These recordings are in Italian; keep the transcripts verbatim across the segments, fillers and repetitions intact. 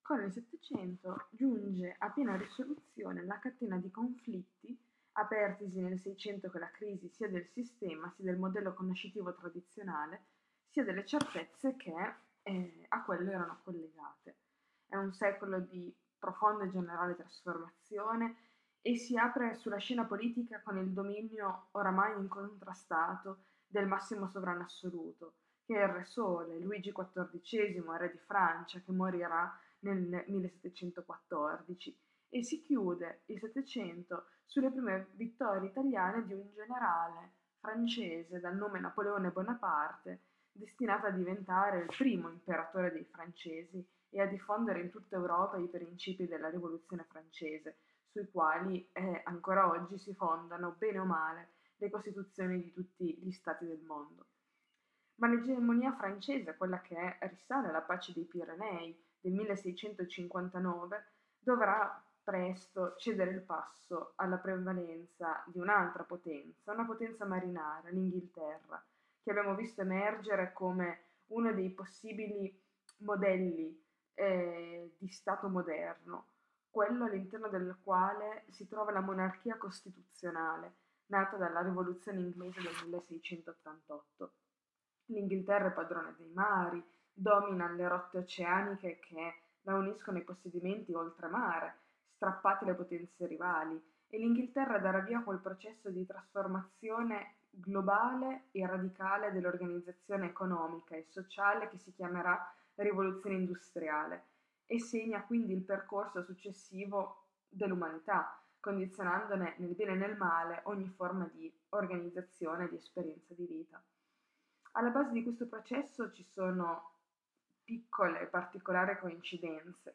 Con il Settecento giunge a piena risoluzione la catena di conflitti apertisi nel Seicento con la crisi sia del sistema, sia del modello conoscitivo tradizionale, sia delle certezze che eh, a quello erano collegate. È un secolo di profonda e generale trasformazione e si apre sulla scena politica con il dominio oramai incontrastato del massimo sovrano assoluto, che è il Re Sole, Luigi quattordicesimo, re di Francia, che morirà nel millesettecentoquattordici, e si chiude il Settecento sulle prime vittorie italiane di un generale francese dal nome Napoleone Bonaparte, destinato a diventare il primo imperatore dei francesi e a diffondere in tutta Europa i principi della Rivoluzione francese, sui quali eh, ancora oggi si fondano, bene o male, le costituzioni di tutti gli stati del mondo. Ma l'egemonia francese, quella che risale alla pace dei Pirenei del milleseicentocinquantanove, dovrà presto cedere il passo alla prevalenza di un'altra potenza, una potenza marinara, l'Inghilterra, che abbiamo visto emergere come uno dei possibili modelli eh, di Stato moderno, quello all'interno del quale si trova la monarchia costituzionale, nata dalla rivoluzione inglese del milleseicentottantotto. L'Inghilterra è padrona dei mari, domina le rotte oceaniche che la uniscono ai possedimenti oltremare, strappate le potenze rivali, e l'Inghilterra darà via a quel processo di trasformazione globale e radicale dell'organizzazione economica e sociale che si chiamerà rivoluzione industriale e segna quindi il percorso successivo dell'umanità, condizionandone nel bene e nel male ogni forma di organizzazione e di esperienza di vita. Alla base di questo processo ci sono piccole e particolari coincidenze,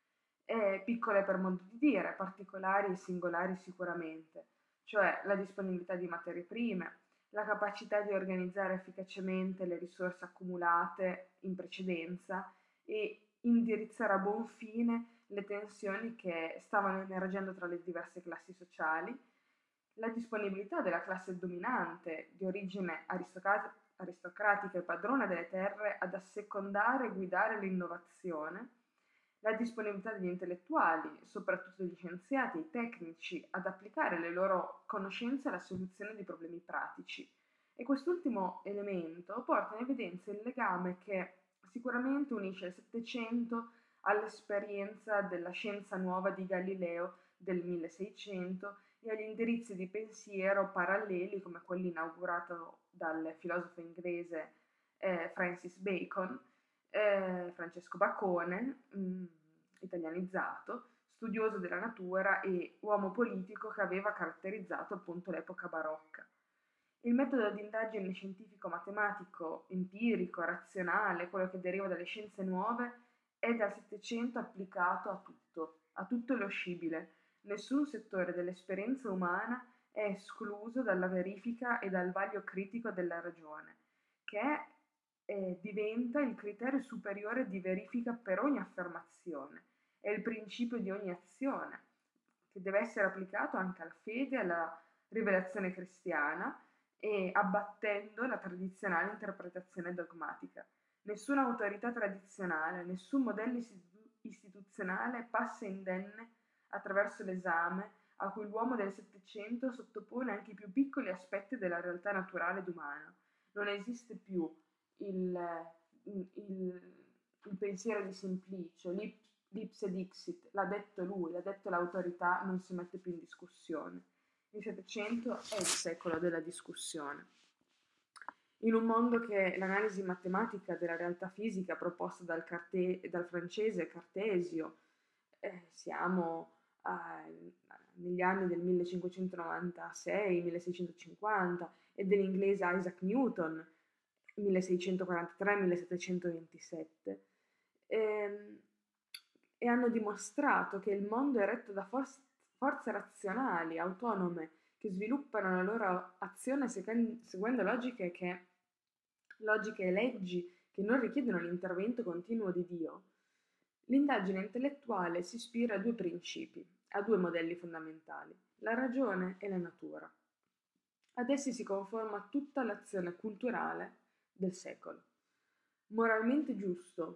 e piccole per modo di dire, particolari e singolari sicuramente, cioè la disponibilità di materie prime, la capacità di organizzare efficacemente le risorse accumulate in precedenza e indirizzare a buon fine le tensioni che stavano emergendo tra le diverse classi sociali, la disponibilità della classe dominante di origine aristocratica aristocratica e padrona delle terre ad assecondare e guidare l'innovazione, la disponibilità degli intellettuali, soprattutto degli scienziati e i tecnici, ad applicare le loro conoscenze alla soluzione di problemi pratici. E quest'ultimo elemento porta in evidenza il legame che sicuramente unisce il Settecento all'esperienza della scienza nuova di Galileo del milleseicento e agli indirizzi di pensiero paralleli come quelli inaugurato dal filosofo inglese eh, Francis Bacon, eh, Francesco Bacone, mh, italianizzato, studioso della natura e uomo politico che aveva caratterizzato appunto l'epoca barocca. Il metodo di indagine scientifico-matematico, empirico, razionale, quello che deriva dalle scienze nuove, è dal Settecento applicato a tutto, a tutto lo scibile. Nessun settore dell'esperienza umana è escluso dalla verifica e dal vaglio critico della ragione, che eh, diventa il criterio superiore di verifica per ogni affermazione, è il principio di ogni azione, che deve essere applicato anche alla fede e alla rivelazione cristiana e abbattendo la tradizionale interpretazione dogmatica. Nessuna autorità tradizionale, nessun modello istituzionale passa indenne attraverso l'esame a cui l'uomo del Settecento sottopone anche i più piccoli aspetti della realtà naturale ed umana. Non esiste più il, il, il pensiero di Simplicio, l'ipse dixit, l'ha detto lui, l'ha detto l'autorità, non si mette più in discussione. Il Settecento è il secolo della discussione. In un mondo che l'analisi matematica della realtà fisica proposta dal, Carte- dal francese Cartesio, eh, siamo eh, negli anni del millecinquecentonovantasei milleseicentocinquanta, e dell'inglese Isaac Newton, milleseicentoquarantatré millesettecentoventisette, ehm, e hanno dimostrato che il mondo è retto da for- forze razionali, autonome, che sviluppano la loro azione sequen- seguendo logiche, che, logiche e leggi che non richiedono l'intervento continuo di Dio. L'indagine intellettuale si ispira a due principi, a due modelli fondamentali, la ragione e la natura. Ad essi si conforma tutta l'azione culturale del secolo. Moralmente giusto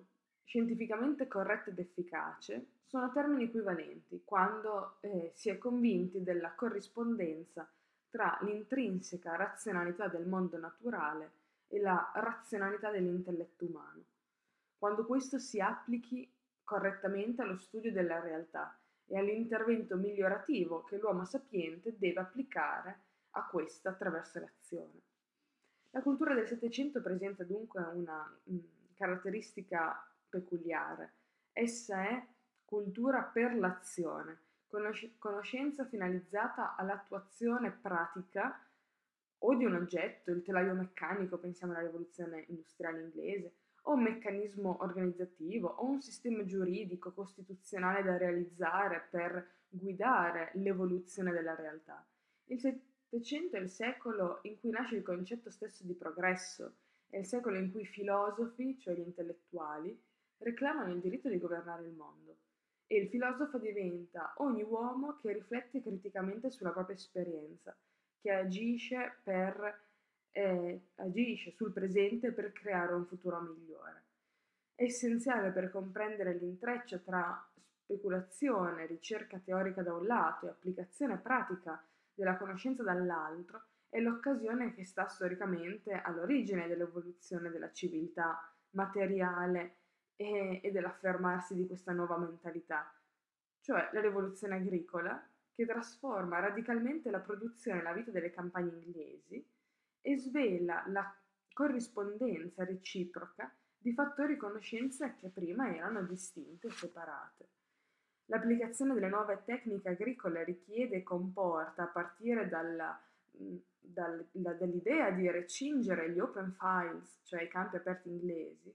Scientificamente corretto ed efficace sono termini equivalenti quando eh, si è convinti della corrispondenza tra l'intrinseca razionalità del mondo naturale e la razionalità dell'intelletto umano, quando questo si applichi correttamente allo studio della realtà e all'intervento migliorativo che l'uomo sapiente deve applicare a questa attraverso l'azione. La cultura del Settecento presenta dunque una mh, caratteristica peculiare. Essa è cultura per l'azione, conosc- conoscenza finalizzata all'attuazione pratica o di un oggetto, il telaio meccanico, pensiamo alla rivoluzione industriale inglese, o un meccanismo organizzativo, o un sistema giuridico costituzionale da realizzare per guidare l'evoluzione della realtà. Il Settecento è il secolo in cui nasce il concetto stesso di progresso, è il secolo in cui i filosofi, cioè gli intellettuali, reclamano il diritto di governare il mondo. E il filosofo diventa ogni uomo che riflette criticamente sulla propria esperienza, che agisce, per, eh, agisce sul presente per creare un futuro migliore. È essenziale per comprendere l'intreccio tra speculazione, ricerca teorica da un lato e applicazione pratica della conoscenza dall'altro, è l'occasione che sta storicamente all'origine dell'evoluzione della civiltà materiale e, e dell'affermarsi di questa nuova mentalità, cioè la rivoluzione agricola che trasforma radicalmente la produzione e la vita delle campagne inglesi e svela la corrispondenza reciproca di fattori e conoscenze che prima erano distinte e separate. L'applicazione delle nuove tecniche agricole richiede e comporta, a partire dalla, dal, da, dall'idea di recingere gli open files, cioè i campi aperti inglesi,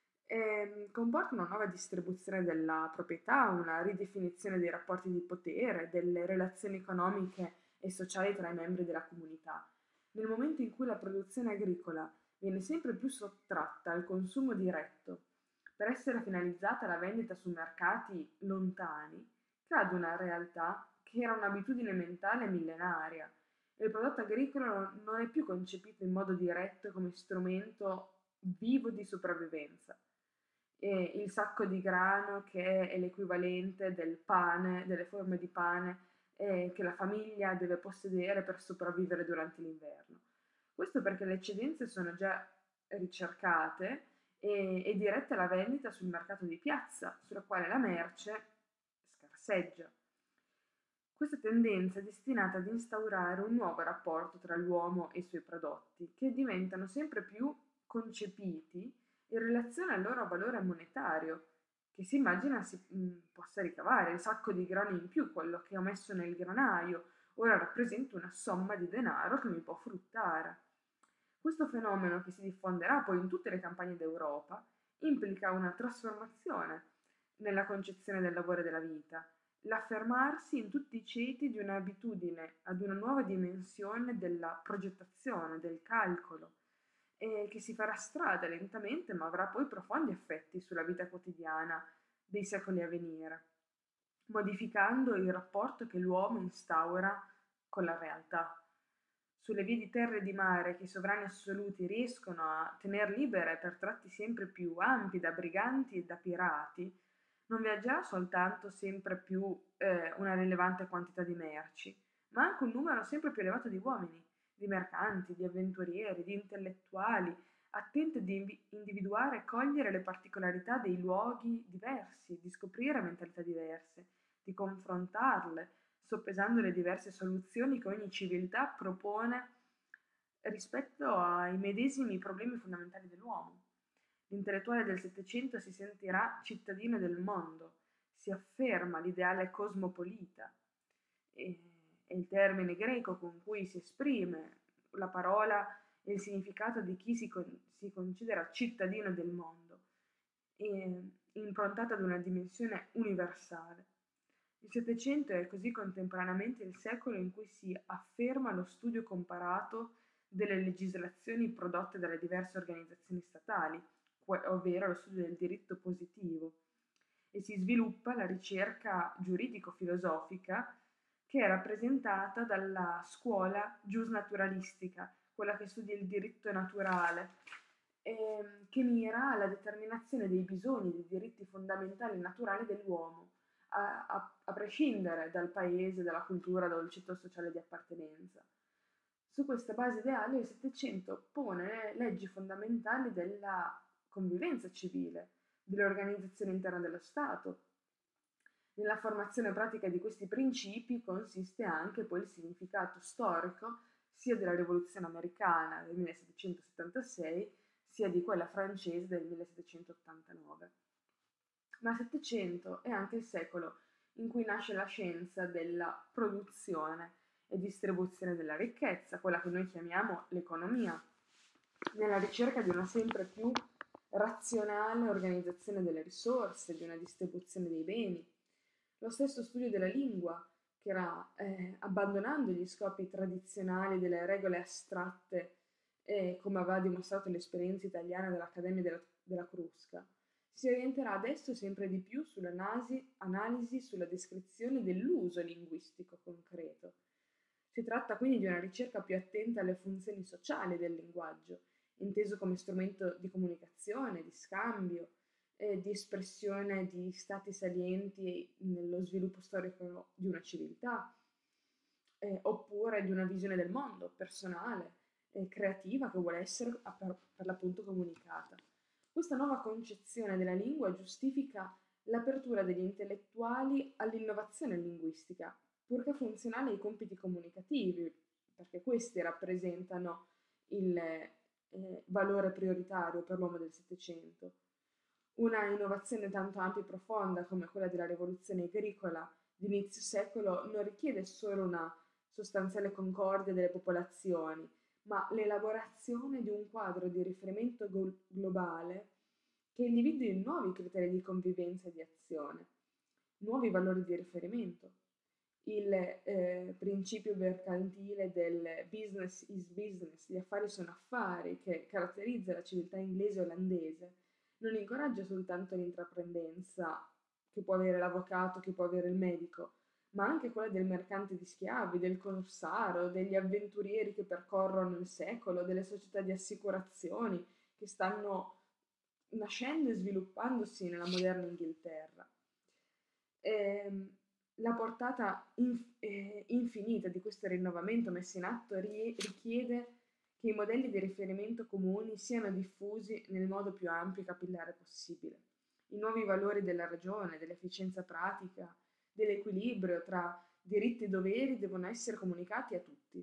eh, comporta una nuova distribuzione della proprietà, una ridefinizione dei rapporti di potere, delle relazioni economiche e sociali tra i membri della comunità. Nel momento in cui la produzione agricola viene sempre più sottratta al consumo diretto per essere finalizzata alla vendita su mercati lontani, cade una realtà che era un'abitudine mentale millenaria. Il prodotto agricolo non è più concepito in modo diretto come strumento vivo di sopravvivenza. E il sacco di grano che è l'equivalente del pane, delle forme di pane eh, che la famiglia deve possedere per sopravvivere durante l'inverno. Questo perché le eccedenze sono già ricercate e, e dirette alla vendita sul mercato di piazza, sulla quale la merce scarseggia. Questa tendenza è destinata ad instaurare un nuovo rapporto tra l'uomo e i suoi prodotti, che diventano sempre più concepiti in relazione al loro valore monetario, che si immagina si mh, possa ricavare. Il sacco di grano in più, quello che ho messo nel granaio, ora rappresenta una somma di denaro che mi può fruttare. Questo fenomeno, che si diffonderà poi in tutte le campagne d'Europa, implica una trasformazione nella concezione del lavoro e della vita, l'affermarsi in tutti i ceti di un'abitudine ad una nuova dimensione della progettazione, del calcolo, e che si farà strada lentamente, ma avrà poi profondi effetti sulla vita quotidiana dei secoli a venire, modificando il rapporto che l'uomo instaura con la realtà. Sulle vie di terra e di mare che i sovrani assoluti riescono a tener libere per tratti sempre più ampi da briganti e da pirati, non viaggerà soltanto sempre più eh, una rilevante quantità di merci, ma anche un numero sempre più elevato di uomini, di mercanti, di avventurieri, di intellettuali, attenti ad individuare e cogliere le particolarità dei luoghi diversi, di scoprire mentalità diverse, di confrontarle, soppesando le diverse soluzioni che ogni civiltà propone rispetto ai medesimi problemi fondamentali dell'uomo. L'intellettuale del Settecento si sentirà cittadino del mondo, si afferma l'ideale cosmopolita, e, è il termine greco con cui si esprime la parola e il significato di chi si, con, si considera cittadino del mondo, e, improntata ad una dimensione universale. Il Settecento è così contemporaneamente il secolo in cui si afferma lo studio comparato delle legislazioni prodotte dalle diverse organizzazioni statali, ovvero lo studio del diritto positivo, e si sviluppa la ricerca giuridico-filosofica che è rappresentata dalla scuola giusnaturalistica, quella che studia il diritto naturale, ehm, che mira alla determinazione dei bisogni, dei diritti fondamentali e naturali dell'uomo, a, a- a prescindere dal paese, dalla cultura, dal ceto sociale di appartenenza. Su questa base ideale il Settecento pone leggi fondamentali della convivenza civile, dell'organizzazione interna dello Stato. Nella formazione pratica di questi principi consiste anche poi il significato storico sia della Rivoluzione americana del millesettecentosettantasei sia di quella francese del millesettecentottantanove. Ma il Settecento è anche il secolo in cui nasce la scienza della produzione e distribuzione della ricchezza, quella che noi chiamiamo l'economia, nella ricerca di una sempre più razionale organizzazione delle risorse, di una distribuzione dei beni. Lo stesso studio della lingua, che era eh, abbandonando gli scopi tradizionali delle regole astratte, eh, come aveva dimostrato l'esperienza italiana dell'Accademia della, della Crusca, si orienterà adesso sempre di più sull'analisi, analisi, sulla descrizione dell'uso linguistico concreto. Si tratta quindi di una ricerca più attenta alle funzioni sociali del linguaggio, inteso come strumento di comunicazione, di scambio, eh, di espressione di stati salienti nello sviluppo storico di una civiltà, eh, oppure di una visione del mondo personale, eh, creativa, che vuole essere per, per l'appunto comunicata. Questa nuova concezione della lingua giustifica l'apertura degli intellettuali all'innovazione linguistica, purché funzionale ai compiti comunicativi, perché questi rappresentano il eh, valore prioritario per l'uomo del Settecento. Una innovazione tanto ampia e profonda come quella della rivoluzione agricola di inizio secolo non richiede solo una sostanziale concordia delle popolazioni, ma l'elaborazione di un quadro di riferimento go- globale che individui nuovi criteri di convivenza e di azione, nuovi valori di riferimento. Il eh, principio mercantile del business is business, gli affari sono affari, che caratterizza la civiltà inglese e olandese, non incoraggia soltanto l'intraprendenza che può avere l'avvocato, che può avere il medico, ma anche quella del mercante di schiavi, del corsaro, degli avventurieri che percorrono il secolo, delle società di assicurazioni che stanno nascendo e sviluppandosi nella moderna Inghilterra. Ehm, la portata inf- eh, infinita di questo rinnovamento messo in atto rie- richiede che i modelli di riferimento comuni siano diffusi nel modo più ampio e capillare possibile. I nuovi valori della ragione, dell'efficienza pratica, dell'equilibrio tra diritti e doveri devono essere comunicati a tutti.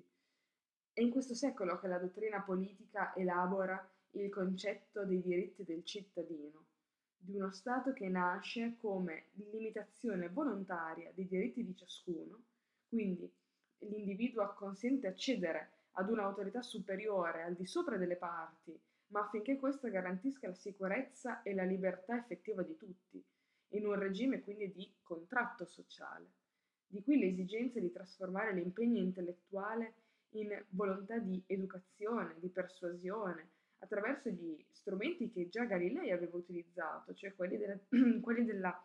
È in questo secolo che la dottrina politica elabora il concetto dei diritti del cittadino, di uno Stato che nasce come limitazione volontaria dei diritti di ciascuno, quindi l'individuo acconsente a cedere ad un'autorità superiore al di sopra delle parti, ma affinché questa garantisca la sicurezza e la libertà effettiva di tutti, in un regime quindi di contratto sociale. Di qui l'esigenza di trasformare l'impegno intellettuale in volontà di educazione, di persuasione, attraverso gli strumenti che già Galilei aveva utilizzato, cioè quelli della, quelli della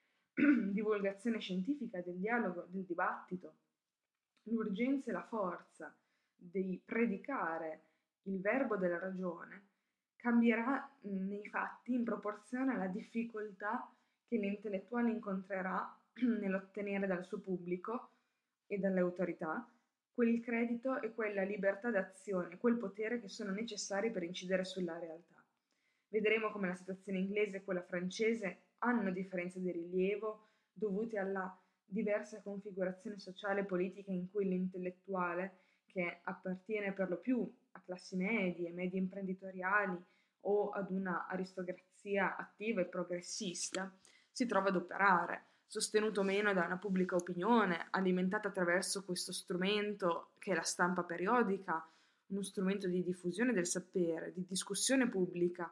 divulgazione scientifica, del dialogo, del dibattito. L'urgenza e la forza di predicare il verbo della ragione cambierà nei fatti in proporzione alla difficoltà che l'intellettuale incontrerà nell'ottenere dal suo pubblico e dalle autorità quel credito e quella libertà d'azione, quel potere che sono necessari per incidere sulla realtà. Vedremo come la situazione inglese e quella francese hanno differenze di rilievo dovute alla diversa configurazione sociale e politica in cui l'intellettuale, che appartiene per lo più a classi medie, medie imprenditoriali o ad una aristocrazia attiva e progressista, si trova ad operare, sostenuto meno da una pubblica opinione, alimentata attraverso questo strumento che è la stampa periodica, uno strumento di diffusione del sapere, di discussione pubblica,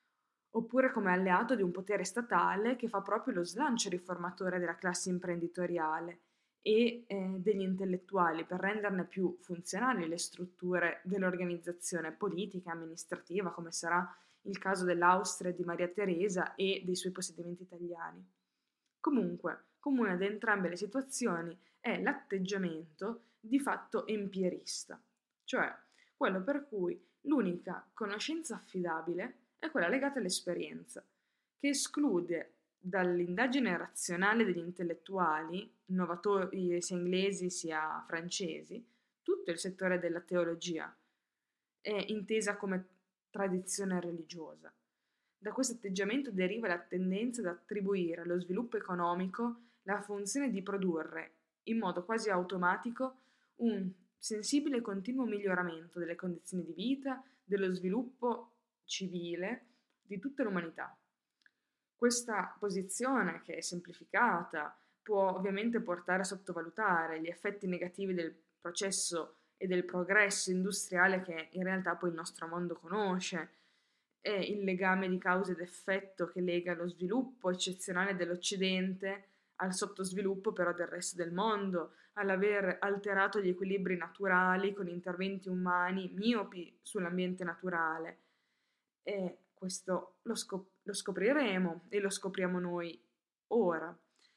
oppure come alleato di un potere statale che fa proprio lo slancio riformatore della classe imprenditoriale e eh, degli intellettuali per renderne più funzionali le strutture dell'organizzazione politica e amministrativa, come sarà il caso dell'Austria di Maria Teresa e dei suoi possedimenti italiani. Comunque, comune ad entrambe le situazioni è l'atteggiamento di fatto empirista, cioè quello per cui L'unica conoscenza affidabile è quella legata all'esperienza, che esclude dall'indagine razionale degli intellettuali, innovatori sia inglesi sia francesi, tutto il settore della teologia, è intesa come tradizione religiosa. Da questo atteggiamento deriva la tendenza ad attribuire allo sviluppo economico la funzione di produrre, in modo quasi automatico, un sensibile e continuo miglioramento delle condizioni di vita, dello sviluppo civile di tutta l'umanità. Questa posizione, che è semplificata, può ovviamente portare a sottovalutare gli effetti negativi del processo e del progresso industriale che in realtà poi il nostro mondo conosce, e il legame di causa ed effetto che lega lo sviluppo eccezionale dell'Occidente al sottosviluppo però del resto del mondo, all'aver alterato gli equilibri naturali con interventi umani miopi sull'ambiente naturale. E questo lo, scop- lo scopriremo e lo scopriamo noi ora.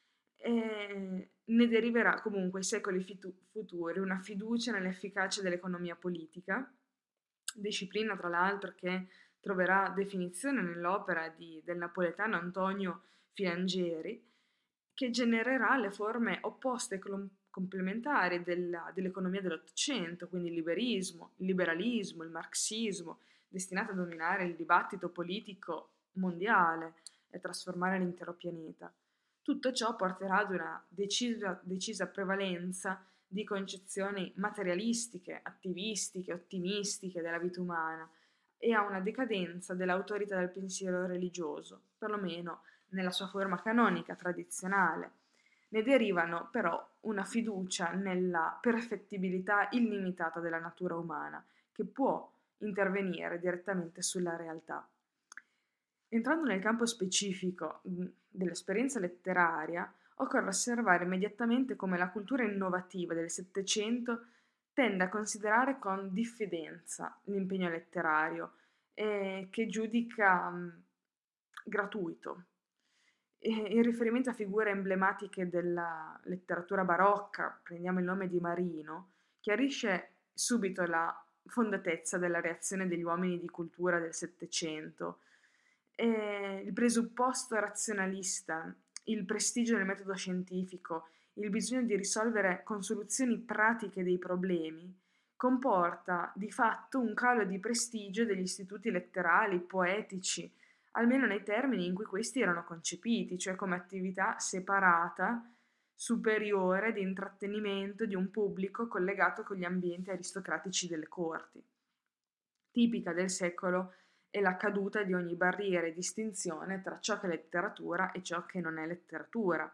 E ne deriverà comunque ai secoli fitu- futuri una fiducia nell'efficacia dell'economia politica, disciplina tra l'altro che troverà definizione nell'opera di, del napoletano Antonio Filangieri, che genererà le forme opposte e clom- complementari della- dell'economia dell'Ottocento, quindi il liberismo, il liberalismo, il marxismo, destinate a dominare il dibattito politico mondiale e trasformare l'intero pianeta. Tutto ciò porterà ad una decisa, decisa prevalenza di concezioni materialistiche, attivistiche, ottimistiche della vita umana e a una decadenza dell'autorità del pensiero religioso, perlomeno nella sua forma canonica tradizionale. Ne derivano però una fiducia nella perfettibilità illimitata della natura umana, che può intervenire direttamente sulla realtà. Entrando nel campo specifico dell'esperienza letteraria, occorre osservare immediatamente come la cultura innovativa del Settecento tende a considerare con diffidenza l'impegno letterario, eh, che giudica mh, gratuito. E, in riferimento a figure emblematiche della letteratura barocca, prendiamo il nome di Marino, chiarisce subito la fondatezza della reazione degli uomini di cultura del Settecento. E il presupposto razionalista, il prestigio del metodo scientifico, il bisogno di risolvere con soluzioni pratiche dei problemi, comporta di fatto un calo di prestigio degli istituti letterali, poetici, almeno nei termini in cui questi erano concepiti, cioè come attività separata, superiore di intrattenimento di un pubblico collegato con gli ambienti aristocratici delle corti. Tipica del secolo è la caduta di ogni barriera e distinzione tra ciò che è letteratura e ciò che non è letteratura,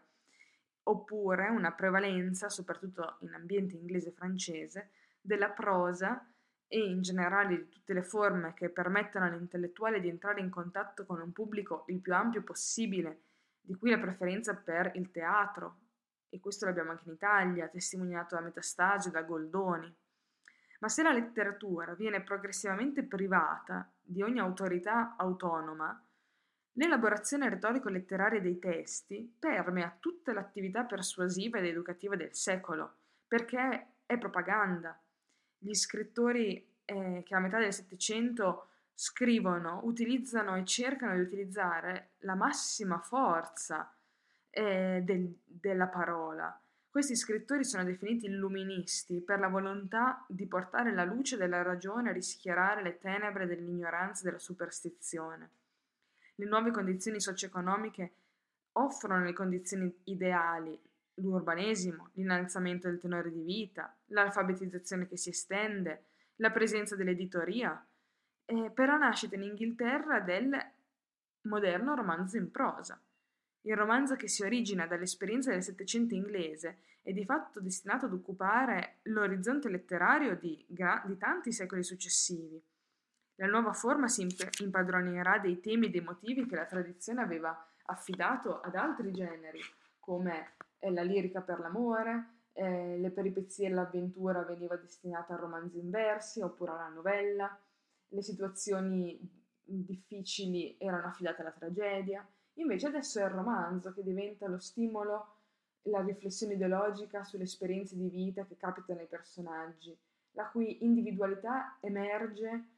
oppure una prevalenza, soprattutto in ambiente inglese e francese, della prosa e in generale di tutte le forme che permettono all'intellettuale di entrare in contatto con un pubblico il più ampio possibile, di cui la preferenza per il teatro, e questo l'abbiamo anche in Italia, testimoniato da Metastasio e da Goldoni. Ma se la letteratura viene progressivamente privata di ogni autorità autonoma, l'elaborazione retorico-letteraria dei testi permea tutta l'attività persuasiva ed educativa del secolo, perché è propaganda. Gli scrittori eh, che a metà del Settecento scrivono, utilizzano e cercano di utilizzare la massima forza eh, del, della parola. Questi scrittori sono definiti illuministi per la volontà di portare la luce della ragione a rischiarare le tenebre dell'ignoranza e della superstizione. Le nuove condizioni socio-economiche offrono le condizioni ideali, l'urbanesimo, l'innalzamento del tenore di vita, l'alfabetizzazione che si estende, la presenza dell'editoria, eh, per la nascita in Inghilterra del moderno romanzo in prosa. Il romanzo, che si origina dall'esperienza del Settecento inglese, è di fatto destinato ad occupare l'orizzonte letterario di, gra- di tanti secoli successivi. La nuova forma si imp- impadronerà dei temi e dei motivi che la tradizione aveva affidato ad altri generi, come eh, la lirica per l'amore, eh, le peripezie e l'avventura veniva destinata al romanzo in versi oppure alla novella, le situazioni difficili erano affidate alla tragedia. Invece adesso è il romanzo che diventa lo stimolo, la riflessione ideologica sulle esperienze di vita che capitano ai personaggi, la cui individualità emerge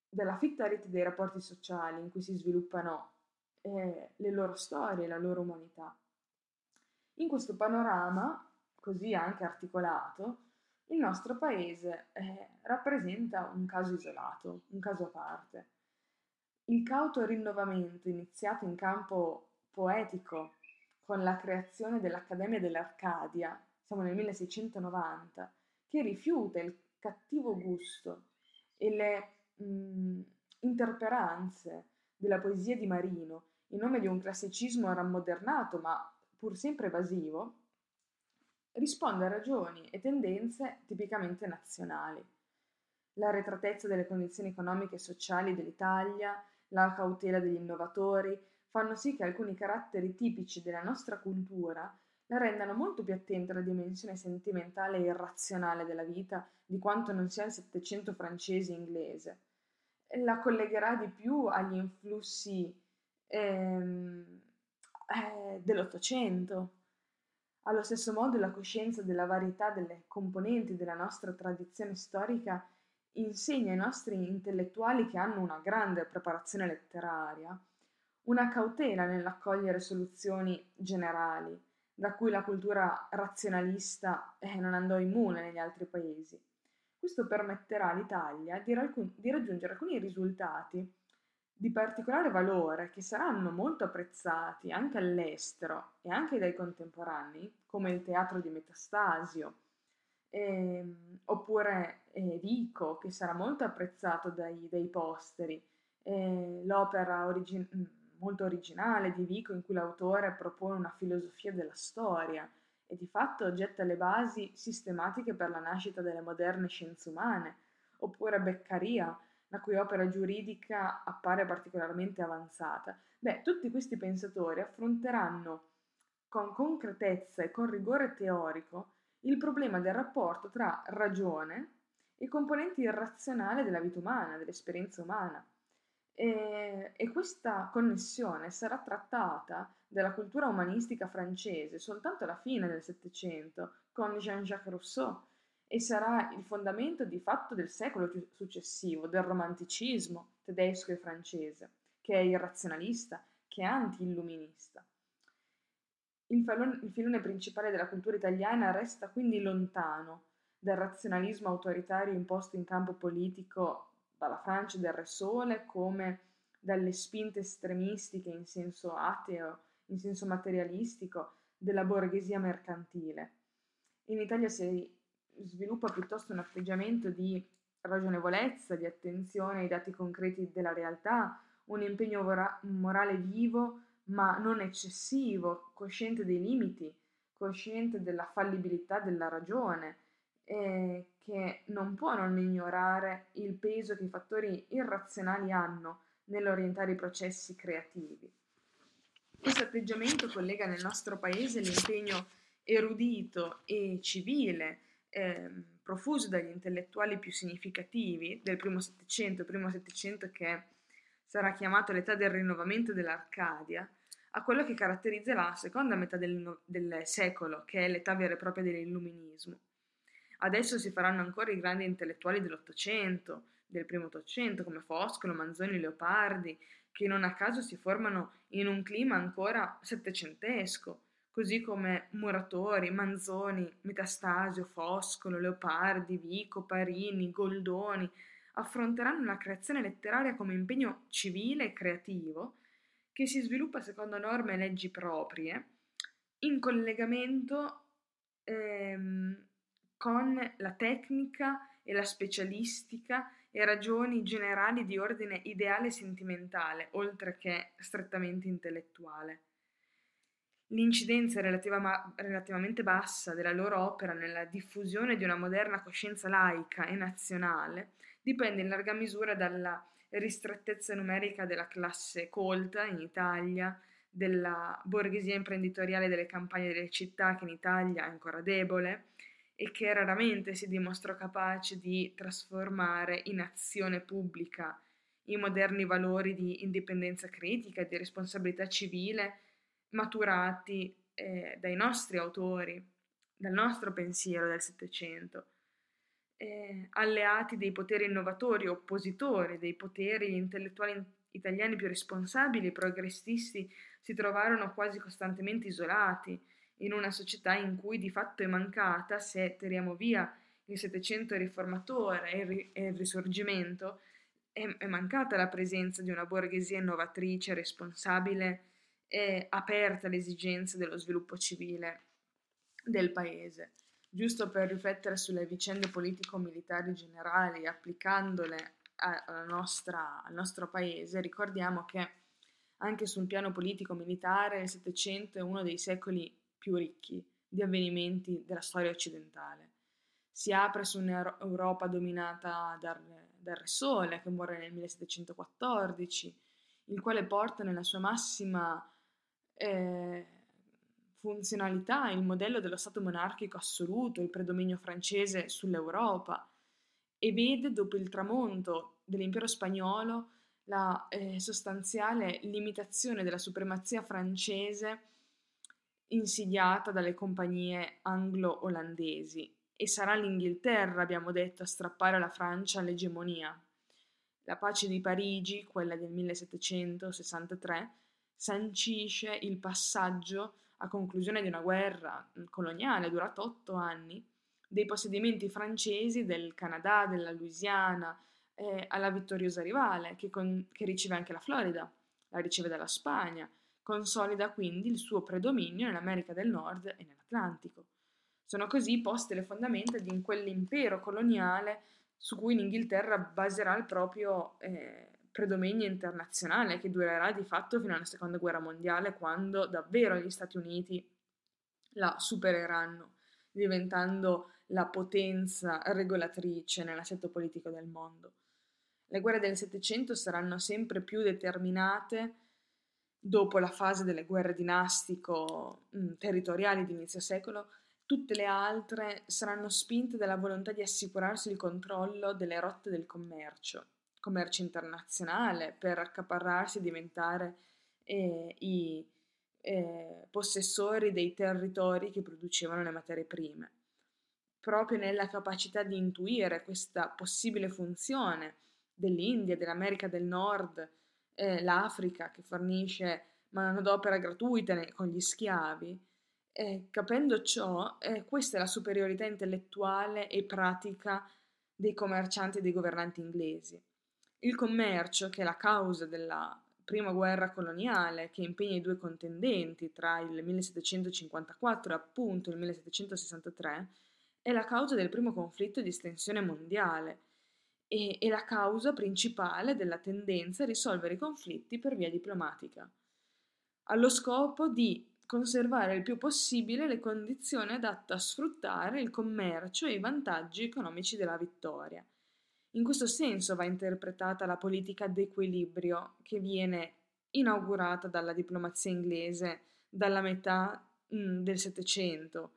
della fitta rete dei rapporti sociali in cui si sviluppano eh, le loro storie, la loro umanità. In questo panorama, così anche articolato, il nostro paese eh, rappresenta un caso isolato, un caso a parte. Il cauto rinnovamento iniziato in campo poetico con la creazione dell'Accademia dell'Arcadia, siamo nel milleseicentonovanta, che rifiuta il cattivo gusto e le mh, interperanze della poesia di Marino in nome di un classicismo rammodernato ma pur sempre evasivo, risponde a ragioni e tendenze tipicamente nazionali. L'arretratezza delle condizioni economiche e sociali dell'Italia, la cautela degli innovatori, fanno sì che alcuni caratteri tipici della nostra cultura la rendano molto più attenta alla dimensione sentimentale e irrazionale della vita di quanto non sia il Settecento francese e inglese. La collegherà di più agli influssi ehm, eh, dell'Ottocento. Allo stesso modo la coscienza della varietà delle componenti della nostra tradizione storica insegna ai nostri intellettuali che hanno una grande preparazione letteraria, una cautela nell'accogliere soluzioni generali, da cui la cultura razionalista eh, non andò immune negli altri paesi. Questo permetterà all'Italia di, ralcun- di raggiungere alcuni risultati di particolare valore che saranno molto apprezzati anche all'estero e anche dai contemporanei, come il teatro di Metastasio, ehm, oppure eh, Vico, che sarà molto apprezzato dai, dai posteri, eh, l'opera origi- mh, molto originale di Vico in cui l'autore propone una filosofia della storia e di fatto getta le basi sistematiche per la nascita delle moderne scienze umane, oppure Beccaria, la cui opera giuridica appare particolarmente avanzata. Beh, tutti questi pensatori affronteranno con concretezza e con rigore teorico il problema del rapporto tra ragione e componenti irrazionali della vita umana, dell'esperienza umana. E, e questa connessione sarà trattata dalla cultura umanistica francese soltanto alla fine del Settecento, con Jean-Jacques Rousseau, e sarà il fondamento di fatto del secolo successivo, del romanticismo tedesco e francese, che è irrazionalista, che è anti-illuminista. Il, falone, il filone principale della cultura italiana resta quindi lontano dal razionalismo autoritario imposto in campo politico dalla Francia del Re Sole, come dalle spinte estremistiche in senso ateo, in senso materialistico, della borghesia mercantile. In Italia si sviluppa piuttosto un atteggiamento di ragionevolezza, di attenzione ai dati concreti della realtà, un impegno vora- morale vivo ma non eccessivo, cosciente dei limiti, cosciente della fallibilità della ragione, e che non può non ignorare il peso che i fattori irrazionali hanno nell'orientare i processi creativi. Questo atteggiamento collega nel nostro paese l'impegno erudito e civile eh, profuso dagli intellettuali più significativi del primo Settecento, primo Settecento che sarà chiamato l'età del rinnovamento dell'Arcadia, a quello che caratterizza la seconda metà del, del secolo, che è l'età vera e propria dell'illuminismo. Adesso si faranno ancora i grandi intellettuali dell'Ottocento, del primo Ottocento, come Foscolo, Manzoni, Leopardi, che non a caso si formano in un clima ancora settecentesco, così come Muratori, Manzoni, Metastasio, Foscolo, Leopardi, Vico, Parini, Goldoni, affronteranno la creazione letteraria come impegno civile e creativo che si sviluppa secondo norme e leggi proprie, in collegamento ehm, con la tecnica e la specialistica e ragioni generali di ordine ideale e sentimentale, oltre che strettamente intellettuale. L'incidenza relativa ma- relativamente bassa della loro opera nella diffusione di una moderna coscienza laica e nazionale dipende in larga misura dalla ristrettezza numerica della classe colta in Italia, della borghesia imprenditoriale delle campagne delle città che in Italia è ancora debole e che raramente si dimostrò capace di trasformare in azione pubblica i moderni valori di indipendenza critica e di responsabilità civile maturati eh, dai nostri autori, dal nostro pensiero del Settecento. eh, alleati dei poteri innovatori, oppositori, dei poteri intellettuali in- italiani più responsabili e progressisti si trovarono quasi costantemente isolati in una società in cui di fatto è mancata, se tiriamo via il Settecento riformatore e il, ri- e il Risorgimento, è, è mancata la presenza di una borghesia innovatrice, responsabile e aperta alle esigenze dello sviluppo civile del paese. Giusto per riflettere sulle vicende politico-militari generali, applicandole a- alla nostra- al nostro paese, ricordiamo che anche sul piano politico-militare il Settecento è uno dei secoli più ricchi di avvenimenti della storia occidentale. Si apre su un'Europa dominata dal, dal Re Sole, che muore nel millesettecentoquattordici, il quale porta nella sua massima eh, funzionalità il modello dello Stato monarchico assoluto, il predominio francese sull'Europa, e vede dopo il tramonto dell'impero spagnolo la eh, sostanziale limitazione della supremazia francese insidiata dalle compagnie anglo-olandesi, e sarà l'Inghilterra, abbiamo detto, a strappare alla Francia l'egemonia. La pace di Parigi, quella del millesettecentosessantatré, sancisce il passaggio a conclusione di una guerra coloniale durata otto anni dei possedimenti francesi del Canada, della Louisiana, eh, alla vittoriosa rivale, che, con- che riceve anche la Florida, la riceve dalla Spagna, consolida quindi il suo predominio nell'America del Nord e nell'Atlantico. Sono così poste le fondamenta di quell'impero coloniale su cui l'Inghilterra baserà il proprio eh, predominio internazionale, che durerà di fatto fino alla Seconda Guerra Mondiale, quando davvero gli Stati Uniti la supereranno, diventando la potenza regolatrice nell'assetto politico del mondo. Le guerre del Settecento saranno sempre più determinate dopo la fase delle guerre dinastico-territoriali di inizio secolo. Tutte le altre saranno spinte dalla volontà di assicurarsi il controllo delle rotte del commercio, commercio internazionale, per accaparrarsi e diventare eh, i eh, possessori dei territori che producevano le materie prime. Proprio nella capacità di intuire questa possibile funzione dell'India, dell'America del Nord, eh, l'Africa che fornisce manodopera gratuita ne- con gli schiavi, eh, capendo ciò, eh, questa è la superiorità intellettuale e pratica dei commercianti e dei governanti inglesi. Il commercio, che è la causa della prima guerra coloniale che impegna i due contendenti tra il millesettecentocinquantaquattro e appunto il millesettecentosessantatré, è la causa del primo conflitto di estensione mondiale e è la causa principale della tendenza a risolvere i conflitti per via diplomatica, allo scopo di conservare il più possibile le condizioni adatte a sfruttare il commercio e i vantaggi economici della vittoria. In questo senso va interpretata la politica d'equilibrio che viene inaugurata dalla diplomazia inglese dalla metà mm, del Settecento.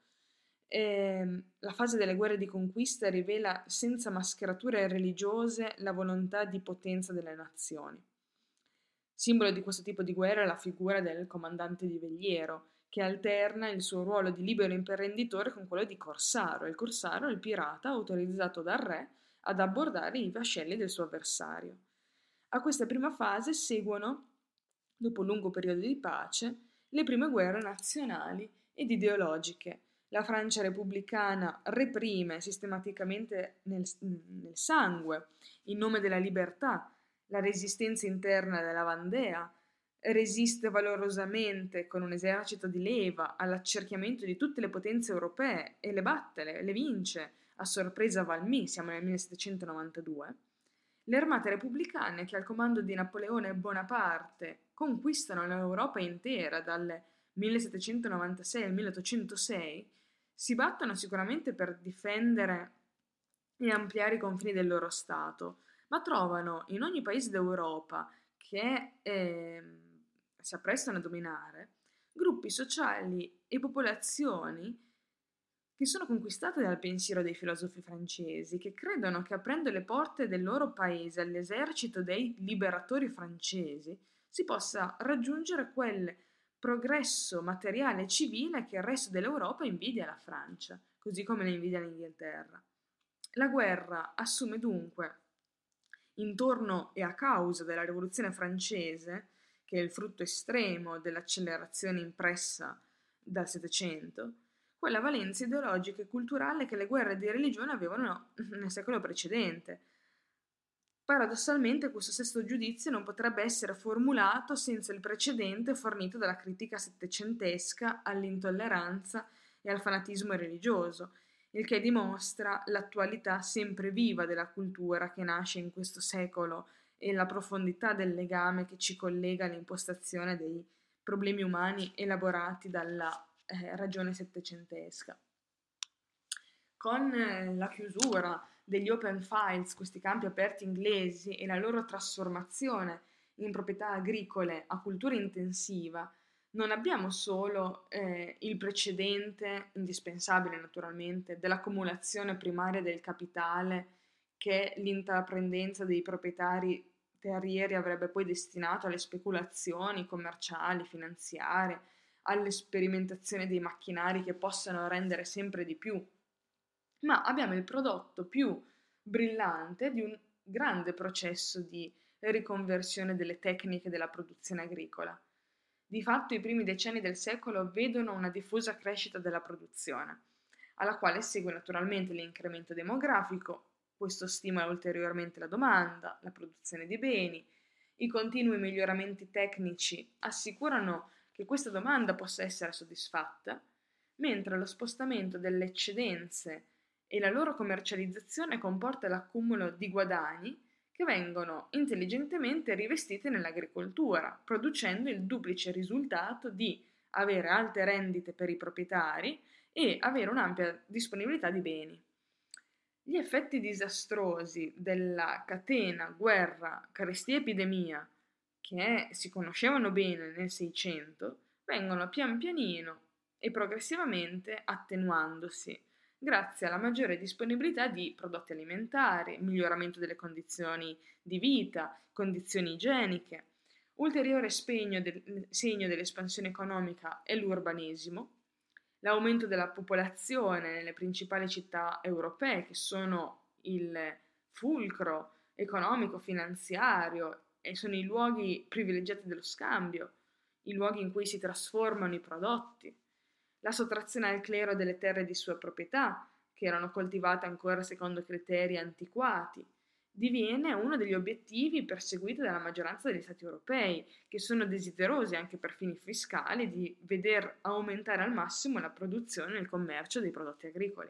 Ehm, la fase delle guerre di conquista rivela senza mascherature religiose la volontà di potenza delle nazioni. Simbolo di questo tipo di guerra è la figura del comandante di veliero, che alterna il suo ruolo di libero imprenditore con quello di corsaro. Il corsaro è il pirata autorizzato dal re ad abbordare i vascelli del suo avversario. A questa prima fase seguono, dopo un lungo periodo di pace, le prime guerre nazionali ed ideologiche. La Francia repubblicana reprime sistematicamente nel, nel sangue, in nome della libertà, la resistenza interna della Vandea, resiste valorosamente con un esercito di leva all'accerchiamento di tutte le potenze europee e le batte, le, le vince a sorpresa a Valmy, siamo nel millesettecentonovantadue. Le armate repubblicane, che al comando di Napoleone Bonaparte conquistano l'Europa intera dal millesettecentonovantasei al milleottocentosei, si battono sicuramente per difendere e ampliare i confini del loro Stato, ma trovano in ogni paese d'Europa che eh, si apprestano a dominare gruppi sociali e popolazioni che sono conquistate dal pensiero dei filosofi francesi, che credono che aprendo le porte del loro paese all'esercito dei liberatori francesi si possa raggiungere quel progresso materiale e civile che il resto dell'Europa invidia alla Francia, così come ne invidia l'Inghilterra. La guerra assume dunque, intorno e a causa della Rivoluzione francese, che è il frutto estremo dell'accelerazione impressa dal Settecento, quella valenza ideologica e culturale che le guerre di religione avevano nel secolo precedente. Paradossalmente questo stesso giudizio non potrebbe essere formulato senza il precedente fornito dalla critica settecentesca all'intolleranza e al fanatismo religioso, il che dimostra l'attualità sempre viva della cultura che nasce in questo secolo e la profondità del legame che ci collega all'impostazione dei problemi umani elaborati dalla eh, ragione settecentesca. Con eh, la chiusura degli open files, questi campi aperti inglesi, e la loro trasformazione in proprietà agricole a cultura intensiva, non abbiamo solo eh, il precedente, indispensabile naturalmente, dell'accumulazione primaria del capitale che l'intraprendenza dei proprietari terrieri avrebbe poi destinato alle speculazioni commerciali, finanziarie, alle sperimentazioni dei macchinari che possano rendere sempre di più, ma abbiamo il prodotto più brillante di un grande processo di riconversione delle tecniche della produzione agricola. Di fatto i primi decenni del secolo vedono una diffusa crescita della produzione, alla quale segue naturalmente l'incremento demografico, questo stimola ulteriormente la domanda, la produzione di beni, i continui miglioramenti tecnici assicurano che questa domanda possa essere soddisfatta, mentre lo spostamento delle eccedenze e la loro commercializzazione comporta l'accumulo di guadagni che vengono intelligentemente rivestiti nell'agricoltura, producendo il duplice risultato di avere alte rendite per i proprietari e avere un'ampia disponibilità di beni. Gli effetti disastrosi della catena guerra, carestia e epidemia, che si conoscevano bene nel Seicento, vengono pian pianino e progressivamente attenuandosi grazie alla maggiore disponibilità di prodotti alimentari, miglioramento delle condizioni di vita, condizioni igieniche. Ulteriore del, segno dell'espansione economica è l'urbanismo, l'aumento della popolazione nelle principali città europee, che sono il fulcro economico, finanziario e sono i luoghi privilegiati dello scambio, i luoghi in cui si trasformano i prodotti, la sottrazione al clero delle terre di sua proprietà, che erano coltivate ancora secondo criteri antiquati, diviene uno degli obiettivi perseguiti dalla maggioranza degli Stati europei, che sono desiderosi anche per fini fiscali di veder aumentare al massimo la produzione e il commercio dei prodotti agricoli.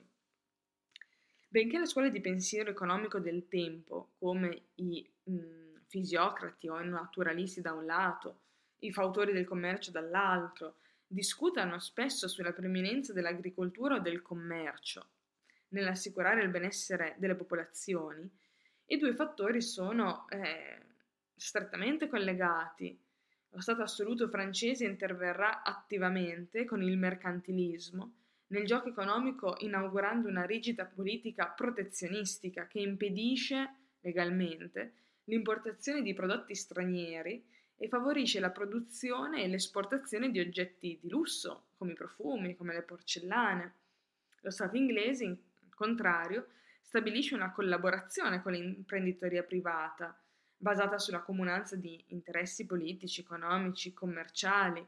Benché le scuole di pensiero economico del tempo, come i mh, fisiocrati o i naturalisti da un lato, i fautori del commercio dall'altro, discutano spesso sulla preeminenza dell'agricoltura o del commercio nell'assicurare il benessere delle popolazioni, i due fattori sono eh, strettamente collegati. Lo Stato assoluto francese interverrà attivamente con il mercantilismo nel gioco economico, inaugurando una rigida politica protezionistica che impedisce legalmente l'importazione di prodotti stranieri e favorisce la produzione e l'esportazione di oggetti di lusso, come i profumi, come le porcellane. Lo Stato inglese, in contrario, stabilisce una collaborazione con l'imprenditoria privata, basata sulla comunanza di interessi politici, economici, commerciali,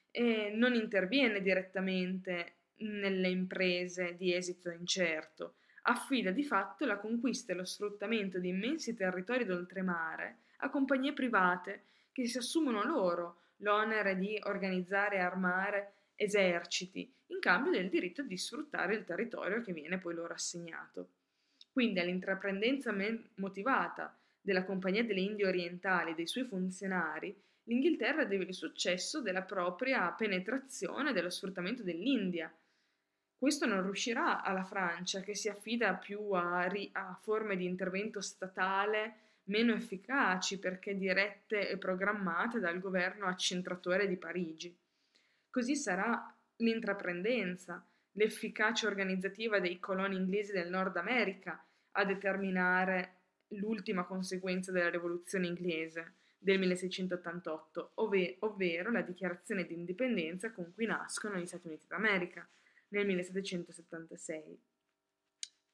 e non interviene direttamente nelle imprese di esito incerto, affida di fatto la conquista e lo sfruttamento di immensi territori d'oltremare a compagnie private che si assumono loro l'onere di organizzare e armare eserciti in cambio del diritto di sfruttare il territorio che viene poi loro assegnato. Quindi all'intraprendenza motivata della Compagnia delle Indie Orientali e dei suoi funzionari, l'Inghilterra deve il successo della propria penetrazione dello sfruttamento dell'India. Questo non riuscirà alla Francia, che si affida più a, ri- a forme di intervento statale meno efficaci perché dirette e programmate dal governo accentratore di Parigi. Così sarà l'intraprendenza, l'efficacia organizzativa dei coloni inglesi del Nord America a determinare l'ultima conseguenza della rivoluzione inglese del milleseicentottantotto, ov- ovvero la dichiarazione di indipendenza con cui nascono gli Stati Uniti d'America nel millesettecentosettantasei.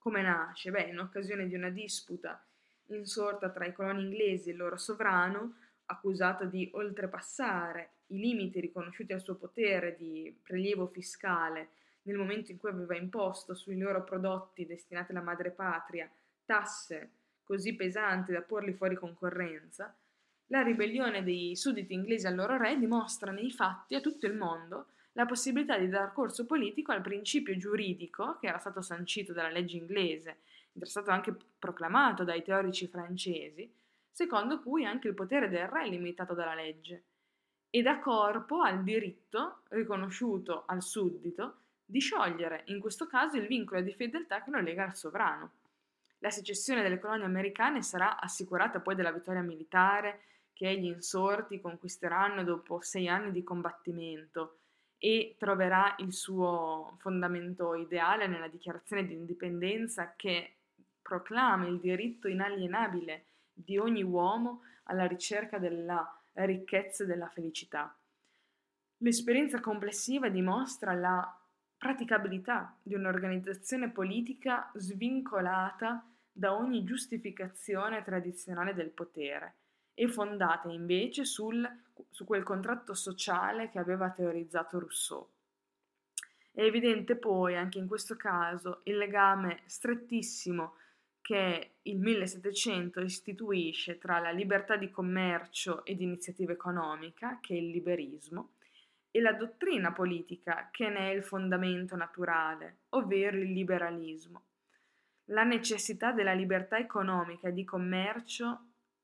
come nasce? Beh, in occasione di una disputa insorta tra i coloni inglesi e il loro sovrano, accusato di oltrepassare i limiti riconosciuti al suo potere di prelievo fiscale nel momento in cui aveva imposto sui loro prodotti destinati alla madrepatria tasse così pesanti da porli fuori concorrenza, la ribellione dei sudditi inglesi al loro re dimostra nei fatti a tutto il mondo la possibilità di dar corso politico al principio giuridico che era stato sancito dalla legge inglese ed era stato anche proclamato dai teorici francesi, secondo cui anche il potere del re è limitato dalla legge, e dà corpo al diritto riconosciuto al suddito di sciogliere, in questo caso, il vincolo di fedeltà che lo lega al sovrano. La secessione delle colonie americane sarà assicurata poi dalla vittoria militare che gli insorti conquisteranno dopo sei anni di combattimento e troverà il suo fondamento ideale nella dichiarazione di indipendenza che proclama il diritto inalienabile di ogni uomo alla ricerca della ricchezza e della felicità. L'esperienza complessiva dimostra la praticabilità di un'organizzazione politica svincolata da ogni giustificazione tradizionale del potere e fondata invece sul, su quel contratto sociale che aveva teorizzato Rousseau. È evidente poi anche in questo caso il legame strettissimo che il millesettecento istituisce tra la libertà di commercio e di iniziativa economica, che è il liberismo, e la dottrina politica che ne è il fondamento naturale, ovvero il liberalismo. La necessità della libertà economica e di commercio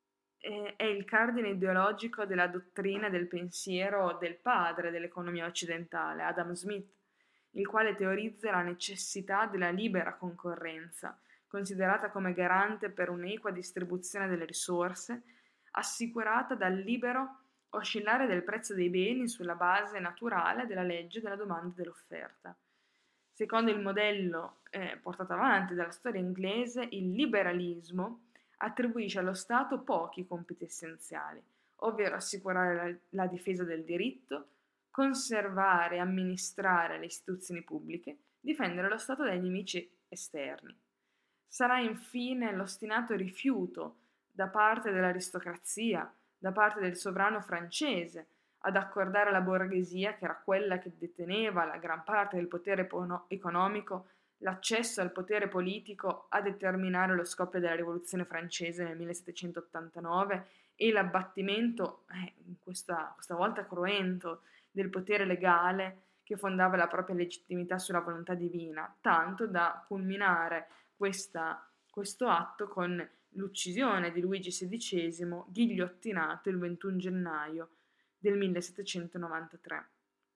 è, è il cardine ideologico della dottrina del pensiero del padre dell'economia occidentale, Adam Smith, il quale teorizza la necessità della libera concorrenza, considerata come garante per un'equa distribuzione delle risorse, assicurata dal libero oscillare del prezzo dei beni sulla base naturale della legge della domanda e dell'offerta. Secondo il modello eh, portato avanti dalla storia inglese, il liberalismo attribuisce allo Stato pochi compiti essenziali, ovvero assicurare la, la difesa del diritto, conservare e amministrare le istituzioni pubbliche, difendere lo Stato dai nemici esterni. Sarà infine l'ostinato rifiuto da parte dell'aristocrazia, da parte del sovrano francese, ad accordare alla borghesia, che era quella che deteneva la gran parte del potere economico, l'accesso al potere politico a determinare lo scoppio della rivoluzione francese nel millesettecentottantanove e l'abbattimento, eh, questa, questa volta cruento, del potere legale che fondava la propria legittimità sulla volontà divina, tanto da culminare questa, questo atto con l'uccisione di Luigi sedicesimo, ghigliottinato il ventuno gennaio del millesettecentonovantatré.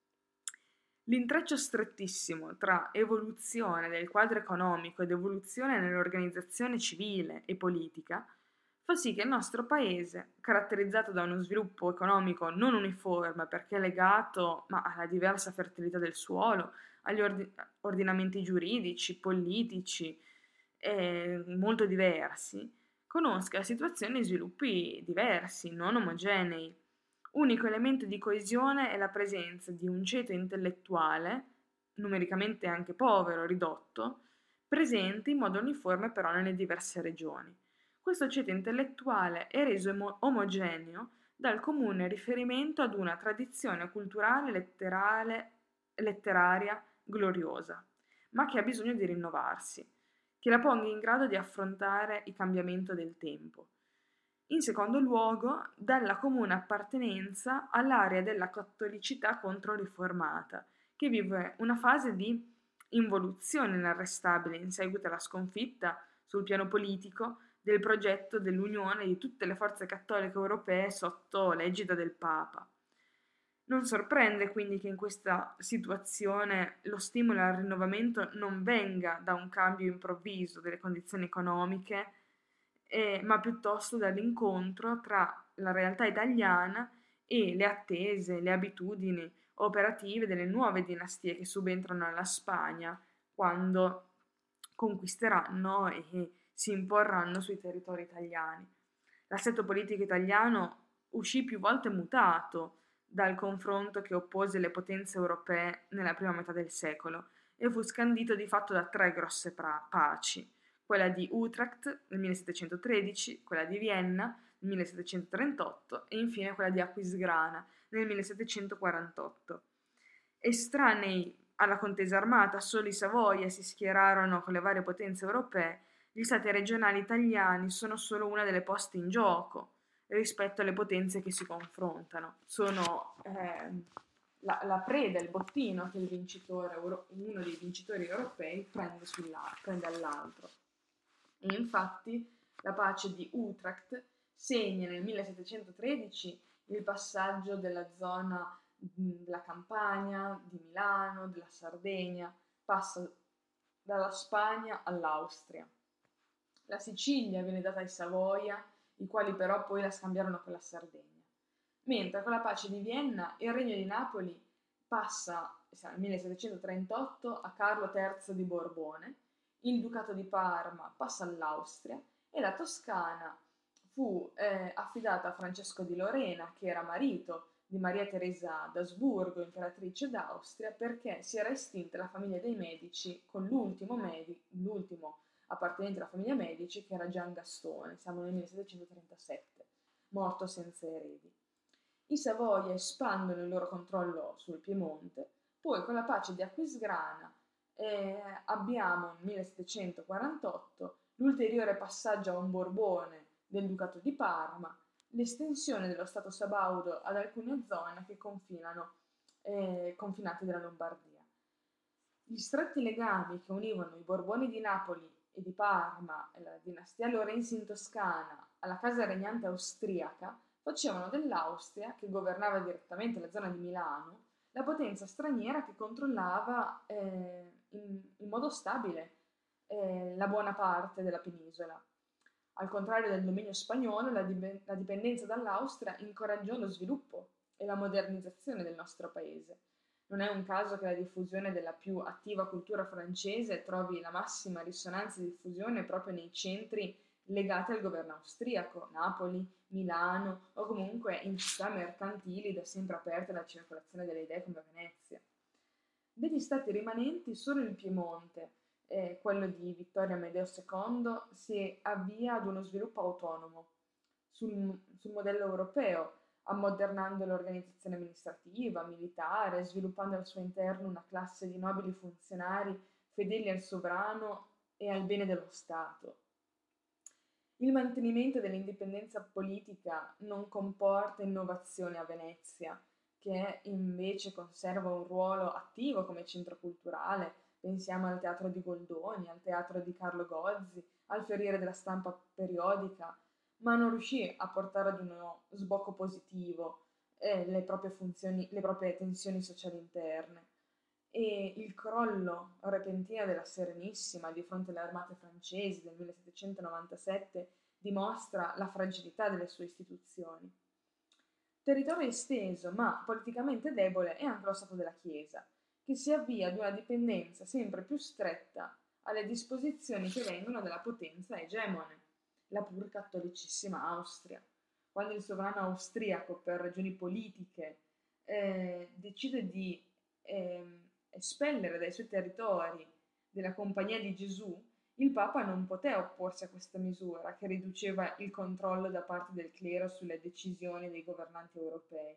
L'intreccio strettissimo tra evoluzione del quadro economico ed evoluzione nell'organizzazione civile e politica fa sì che il nostro paese, caratterizzato da uno sviluppo economico non uniforme perché legato ma alla diversa fertilità del suolo, agli ordi- ordinamenti giuridici, politici, eh, molto diversi, conosca situazioni e sviluppi diversi, non omogenei. Unico elemento di coesione è la presenza di un ceto intellettuale, numericamente anche povero, ridotto, presente in modo uniforme però nelle diverse regioni. Questo ceto intellettuale è reso emo- omogeneo dal comune riferimento ad una tradizione culturale letterale, letteraria gloriosa, ma che ha bisogno di rinnovarsi, che la ponga in grado di affrontare il cambiamento del tempo. In secondo luogo, dalla comune appartenenza all'area della cattolicità controriformata, che vive una fase di involuzione inarrestabile in seguito alla sconfitta sul piano politico del progetto dell'unione di tutte le forze cattoliche europee sotto l'egida del Papa. Non sorprende quindi che in questa situazione lo stimolo al rinnovamento non venga da un cambio improvviso delle condizioni economiche, eh, ma piuttosto dall'incontro tra la realtà italiana e le attese, le abitudini operative delle nuove dinastie che subentrano alla Spagna quando conquisteranno e si imporranno sui territori italiani. L'assetto politico italiano uscì più volte mutato dal confronto che oppose le potenze europee nella prima metà del secolo e fu scandito di fatto da tre grosse pra- paci. quella di Utrecht nel millesettecentotredici, quella di Vienna nel millesettecentotrentotto e infine quella di Aquisgrana nel millesettecentoquarantotto. Estranei alla contesa armata, solo i Savoia si schierarono con le varie potenze europee. Gli stati regionali italiani sono solo una delle poste in gioco rispetto alle potenze che si confrontano. Sono eh, la, la preda, il bottino che il vincitore, uno dei vincitori europei prende, prende all'altro. E infatti la pace di Utrecht segna nel millesettecentotredici il passaggio della zona della Campania, di Milano, della Sardegna, passa dalla Spagna all'Austria. La Sicilia viene data ai Savoia, i quali però poi la scambiarono con la Sardegna. Mentre con la pace di Vienna il regno di Napoli passa nel millesettecentotrentotto a Carlo terzo di Borbone, il ducato di Parma passa all'Austria e la Toscana fu eh, affidata a Francesco di Lorena, che era marito di Maria Teresa d'Asburgo, imperatrice d'Austria, perché si era estinta la famiglia dei Medici con l'ultimo, Medi- l'ultimo appartenente alla famiglia Medici, che era Gian Gastone, siamo nel millesettecentotrentasette, morto senza eredi. I Savoia espandono il loro controllo sul Piemonte, poi con la pace di Aquisgrana eh, abbiamo nel millesettecentoquarantotto l'ulteriore passaggio a un Borbone del Ducato di Parma, l'estensione dello Stato sabaudo ad alcune zone che confinano, eh, confinate della Lombardia. Gli stretti legami che univano i Borboni di Napoli e di Parma e la dinastia Lorenzi in Toscana alla casa regnante austriaca facevano dell'Austria, che governava direttamente la zona di Milano, la potenza straniera che controllava eh, in, in modo stabile eh, la buona parte della penisola. Al contrario del dominio spagnolo, la, dip- la dipendenza dall'Austria incoraggiò lo sviluppo e la modernizzazione del nostro paese. Non è un caso che la diffusione della più attiva cultura francese trovi la massima risonanza e diffusione proprio nei centri legati al governo austriaco, Napoli, Milano o comunque in città mercantili da sempre aperte alla circolazione delle idee come Venezia. Degli stati rimanenti solo il Piemonte, eh, quello di Vittorio Amedeo secondo, si avvia ad uno sviluppo autonomo sul, sul modello europeo, ammodernando l'organizzazione amministrativa, militare, sviluppando al suo interno una classe di nobili funzionari fedeli al sovrano e al bene dello Stato. Il mantenimento dell'indipendenza politica non comporta innovazione a Venezia, che invece conserva un ruolo attivo come centro culturale. Pensiamo al teatro di Goldoni, al teatro di Carlo Gozzi, al fiorire della stampa periodica, ma non riuscì a portare ad uno sbocco positivo eh, le proprie funzioni, le proprie tensioni sociali interne. E il crollo repentino della Serenissima di fronte alle armate francesi del millesettecentonovantasette dimostra la fragilità delle sue istituzioni. Territorio esteso ma politicamente debole è anche lo Stato della Chiesa, che si avvia ad una dipendenza sempre più stretta alle disposizioni che vengono dalla potenza egemone, la pur cattolicissima Austria. Quando il sovrano austriaco, per ragioni politiche, eh, decide di eh, espellere dai suoi territori della Compagnia di Gesù, il Papa non poté opporsi a questa misura che riduceva il controllo da parte del clero sulle decisioni dei governanti europei.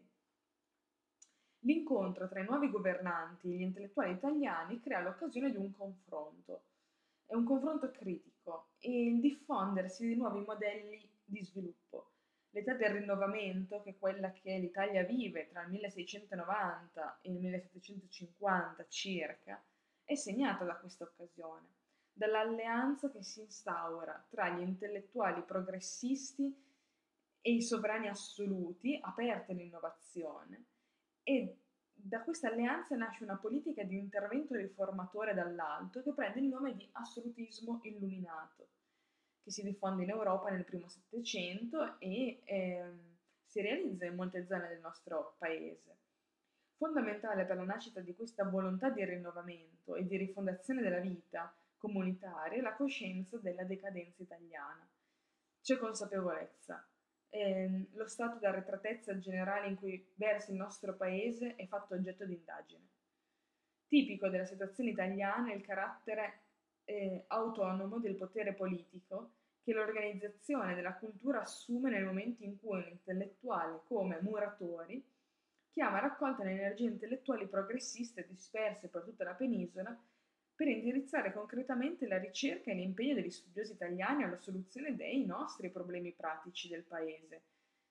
L'incontro tra i nuovi governanti e gli intellettuali italiani crea l'occasione di un confronto, è un confronto critico e il diffondersi di nuovi modelli di sviluppo. L'età del rinnovamento, che è quella che l'Italia vive tra il milleseicentonovanta e il millesettecentocinquanta circa, è segnata da questa occasione, dall'alleanza che si instaura tra gli intellettuali progressisti e i sovrani assoluti aperti all'innovazione, e da questa alleanza nasce una politica di intervento riformatore dall'alto che prende il nome di assolutismo illuminato, che si diffonde in Europa nel primo Settecento e ehm, si realizza in molte zone del nostro paese. Fondamentale per la nascita di questa volontà di rinnovamento e di rifondazione della vita comunitaria è la coscienza della decadenza italiana. C'è consapevolezza. Eh, lo stato di arretratezza generale in cui versa il nostro paese è fatto oggetto di indagine. Tipico della situazione italiana è il carattere eh, autonomo del potere politico che l'organizzazione della cultura assume nel momento in cui un intellettuale come Muratori chiama a raccolta le energie intellettuali progressiste disperse per tutta la penisola per indirizzare concretamente la ricerca e l'impegno degli studiosi italiani alla soluzione dei nostri problemi pratici del paese.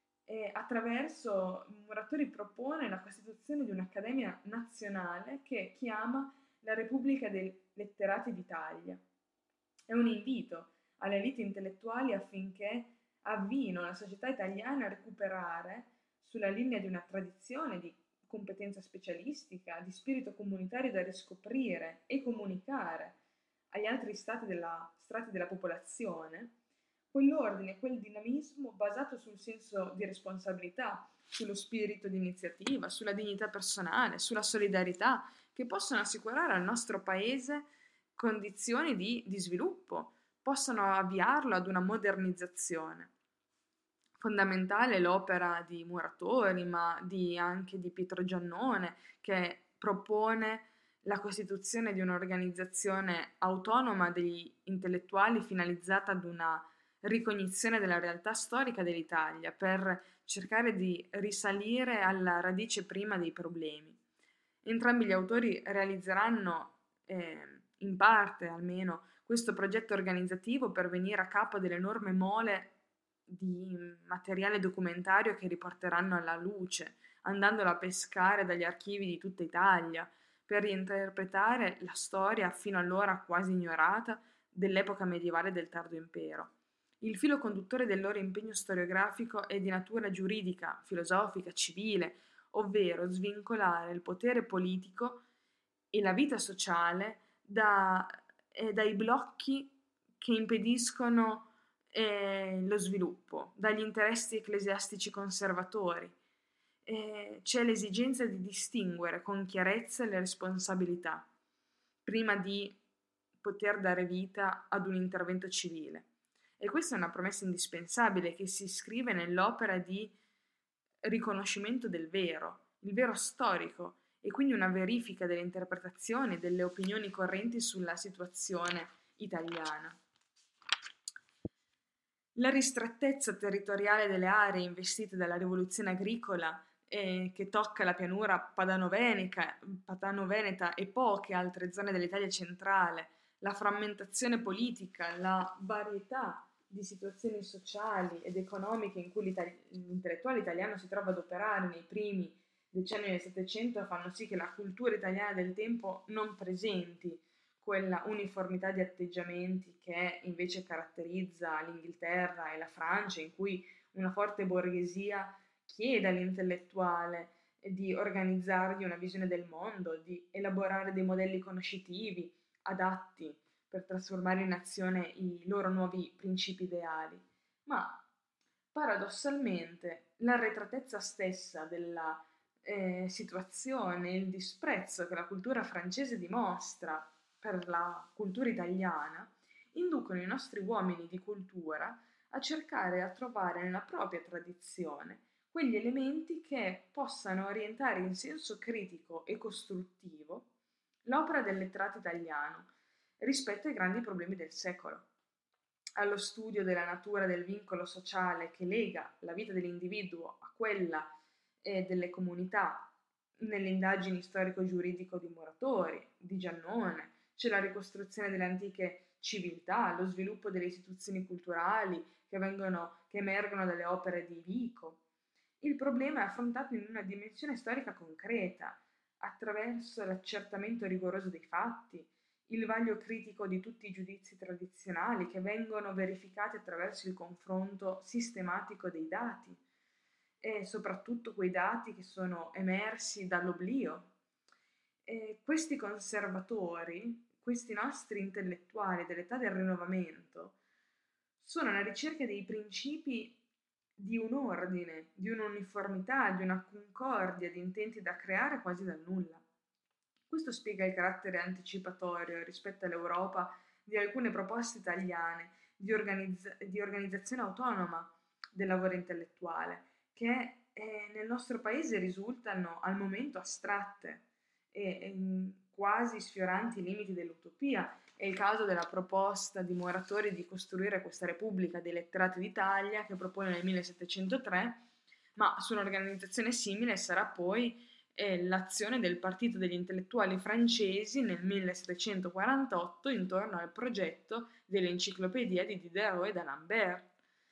E attraverso Muratori propone la costituzione di un'accademia nazionale che chiama la Repubblica dei Letterati d'Italia. È un invito alle elite intellettuali affinché avvino la società italiana a recuperare, sulla linea di una tradizione di competenza specialistica, di spirito comunitario da riscoprire e comunicare agli altri stati della, strati della popolazione, quell'ordine, quel dinamismo basato sul senso di responsabilità, sullo spirito di iniziativa, sulla dignità personale, sulla solidarietà, che possono assicurare al nostro paese condizioni di, di sviluppo, possono avviarlo ad una modernizzazione. Fondamentale l'opera di Muratori, ma di, anche di Pietro Giannone, che propone la costituzione di un'organizzazione autonoma degli intellettuali finalizzata ad una ricognizione della realtà storica dell'Italia per cercare di risalire alla radice prima dei problemi. Entrambi gli autori realizzeranno, eh, in parte almeno, questo progetto organizzativo per venire a capo dell'enorme mole di materiale documentario che riporteranno alla luce, andandolo a pescare dagli archivi di tutta Italia, per reinterpretare la storia fino allora quasi ignorata dell'epoca medievale del tardo impero. Il filo conduttore del loro impegno storiografico è di natura giuridica, filosofica, civile, ovvero svincolare il potere politico e la vita sociale da, eh, dai blocchi che impediscono eh, lo sviluppo, dagli interessi ecclesiastici conservatori. Eh, c'è l'esigenza di distinguere con chiarezza le responsabilità prima di poter dare vita ad un intervento civile. E questa è una promessa indispensabile che si iscrive nell'opera di riconoscimento del vero, il vero storico, e quindi una verifica delle interpretazioni e delle opinioni correnti sulla situazione italiana. La ristrettezza territoriale delle aree investite dalla rivoluzione agricola, eh, che tocca la pianura padano-veneta, padano-veneta e poche altre zone dell'Italia centrale, la frammentazione politica, la varietà di situazioni sociali ed economiche in cui l'intellettuale italiano si trova ad operare nei primi decenni del Settecento fanno sì che la cultura italiana del tempo non presenti quella uniformità di atteggiamenti che invece caratterizza l'Inghilterra e la Francia, in cui una forte borghesia chiede all'intellettuale di organizzargli una visione del mondo, di elaborare dei modelli conoscitivi adatti per trasformare in azione i loro nuovi principi ideali. Ma paradossalmente l'arretratezza stessa della eh, situazione, il disprezzo che la cultura francese dimostra per la cultura italiana, inducono i nostri uomini di cultura a cercare e a trovare nella propria tradizione quegli elementi che possano orientare in senso critico e costruttivo l'opera del letterato italiano rispetto ai grandi problemi del secolo, allo studio della natura del vincolo sociale che lega la vita dell'individuo a quella eh, delle comunità nelle indagini storico-giuridico di Muratori, di Giannone. C'è la ricostruzione delle antiche civiltà, lo sviluppo delle istituzioni culturali che, vengono, che emergono dalle opere di Vico. Il problema è affrontato in una dimensione storica concreta, attraverso l'accertamento rigoroso dei fatti, il vaglio critico di tutti i giudizi tradizionali che vengono verificati attraverso il confronto sistematico dei dati e soprattutto quei dati che sono emersi dall'oblio. E questi conservatori, questi nostri intellettuali dell'età del rinnovamento, sono alla ricerca dei principi di un ordine, di un'uniformità, di una concordia di intenti da creare quasi dal nulla. Questo spiega il carattere anticipatorio rispetto all'Europa di alcune proposte italiane di, organizza- di organizzazione autonoma del lavoro intellettuale, che eh, nel nostro paese risultano al momento astratte e, e quasi sfioranti i limiti dell'utopia È il caso della proposta di Muratori di costruire questa Repubblica dei Letterati d'Italia che propone nel millesettecentotre, ma su un'organizzazione simile sarà poi eh, l'azione del Partito degli Intellettuali francesi nel millesettecentoquarantotto intorno al progetto dell'Enciclopedia di Diderot e d'Alembert.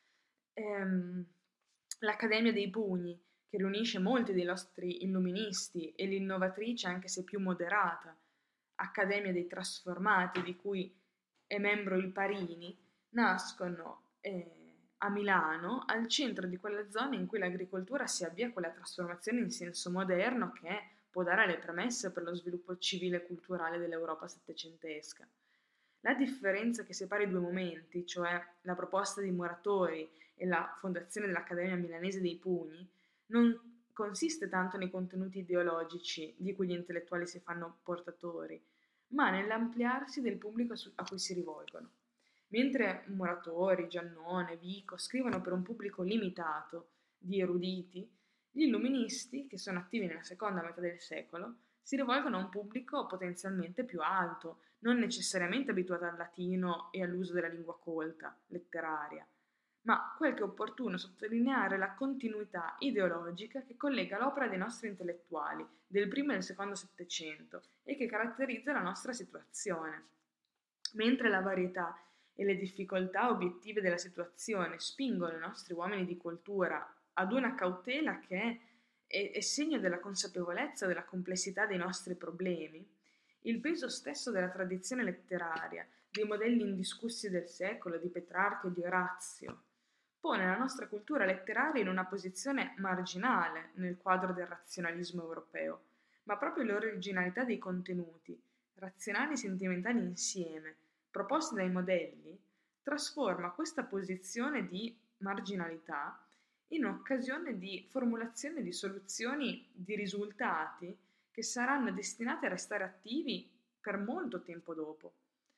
Ehm, L'Accademia dei Pugni, che riunisce molti dei nostri illuministi, e l'innovatrice, anche se più moderata, Accademia dei Trasformati, di cui è membro il Parini, nascono eh, a Milano, al centro di quella zona in cui l'agricoltura si avvia a quella trasformazione in senso moderno che può dare le premesse per lo sviluppo civile e culturale dell'Europa settecentesca. La differenza che separa i due momenti, cioè la proposta di Muratori e la fondazione dell'Accademia Milanese dei Pugni, non consiste tanto nei contenuti ideologici di cui gli intellettuali si fanno portatori, ma nell'ampliarsi del pubblico a cui si rivolgono. Mentre Muratori, Giannone, Vico scrivono per un pubblico limitato di eruditi, gli illuministi, che sono attivi nella seconda metà del secolo, si rivolgono a un pubblico potenzialmente più alto, non necessariamente abituato al latino e all'uso della lingua colta, letteraria, ma quel che è opportuno sottolineare la continuità ideologica che collega l'opera dei nostri intellettuali del primo e del secondo Settecento e che caratterizza la nostra situazione. Mentre la varietà e le difficoltà obiettive della situazione spingono i nostri uomini di cultura ad una cautela che è, è segno della consapevolezza della complessità dei nostri problemi, il peso stesso della tradizione letteraria, dei modelli indiscussi del secolo, di Petrarca e di Orazio, pone la nostra cultura letteraria in una posizione marginale nel quadro del razionalismo europeo, ma proprio l'originalità dei contenuti, razionali e sentimentali insieme, proposti dai modelli, trasforma questa posizione di marginalità in occasione di formulazione di soluzioni, di risultati che saranno destinati a restare attivi per molto tempo dopo.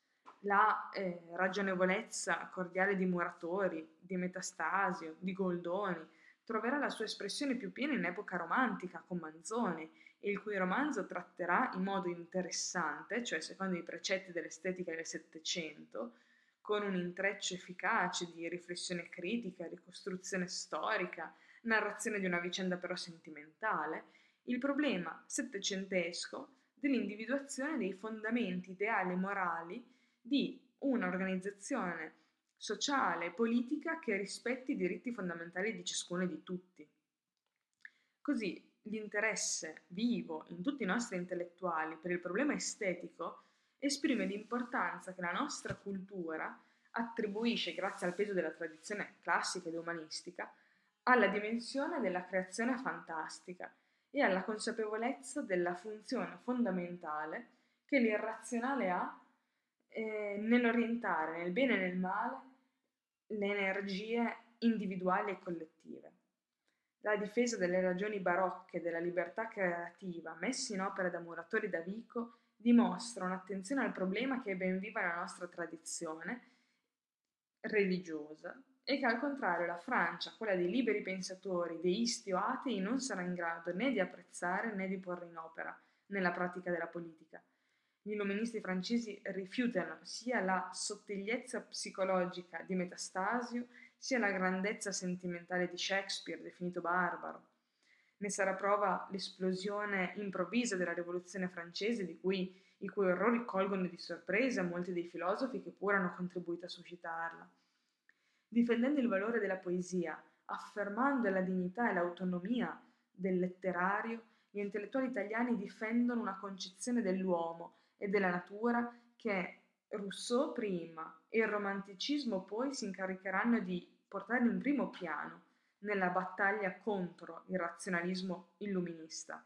La eh, ragionevolezza cordiale di Muratori, di Metastasio, di Goldoni, troverà la sua espressione più piena in epoca romantica con Manzoni, il cui romanzo tratterà in modo interessante, cioè secondo i precetti dell'estetica del Settecento, con un intreccio efficace di riflessione critica, ricostruzione storica, narrazione di una vicenda però sentimentale, il problema settecentesco dell'individuazione dei fondamenti ideali e morali di un'organizzazione sociale e politica che rispetti i diritti fondamentali di ciascuno e di tutti. Così l'interesse vivo in tutti i nostri intellettuali per il problema estetico esprime l'importanza che la nostra cultura attribuisce, grazie al peso della tradizione classica ed umanistica, alla dimensione della creazione fantastica e alla consapevolezza della funzione fondamentale che l'irrazionale ha eh, nell'orientare nel bene e nel male le energie individuali e collettive. La difesa delle ragioni barocche della libertà creativa messe in opera da Muratori e da Vico dimostra un'attenzione al problema che è ben viva nella nostra tradizione religiosa e che al contrario la Francia, quella dei liberi pensatori, deisti o atei, non sarà in grado né di apprezzare né di porre in opera nella pratica della politica. Gli illuministi francesi rifiutano sia la sottigliezza psicologica di Metastasio, sia la grandezza sentimentale di Shakespeare, definito barbaro. Ne sarà prova l'esplosione improvvisa della rivoluzione francese, di cui i cui orrori colgono di sorpresa molti dei filosofi che pure hanno contribuito a suscitarla. Difendendo il valore della poesia, affermando la dignità e l'autonomia del letterario, gli intellettuali italiani difendono una concezione dell'uomo e della natura che Rousseau prima e il romanticismo poi si incaricheranno di portare in primo piano nella battaglia contro il razionalismo illuminista.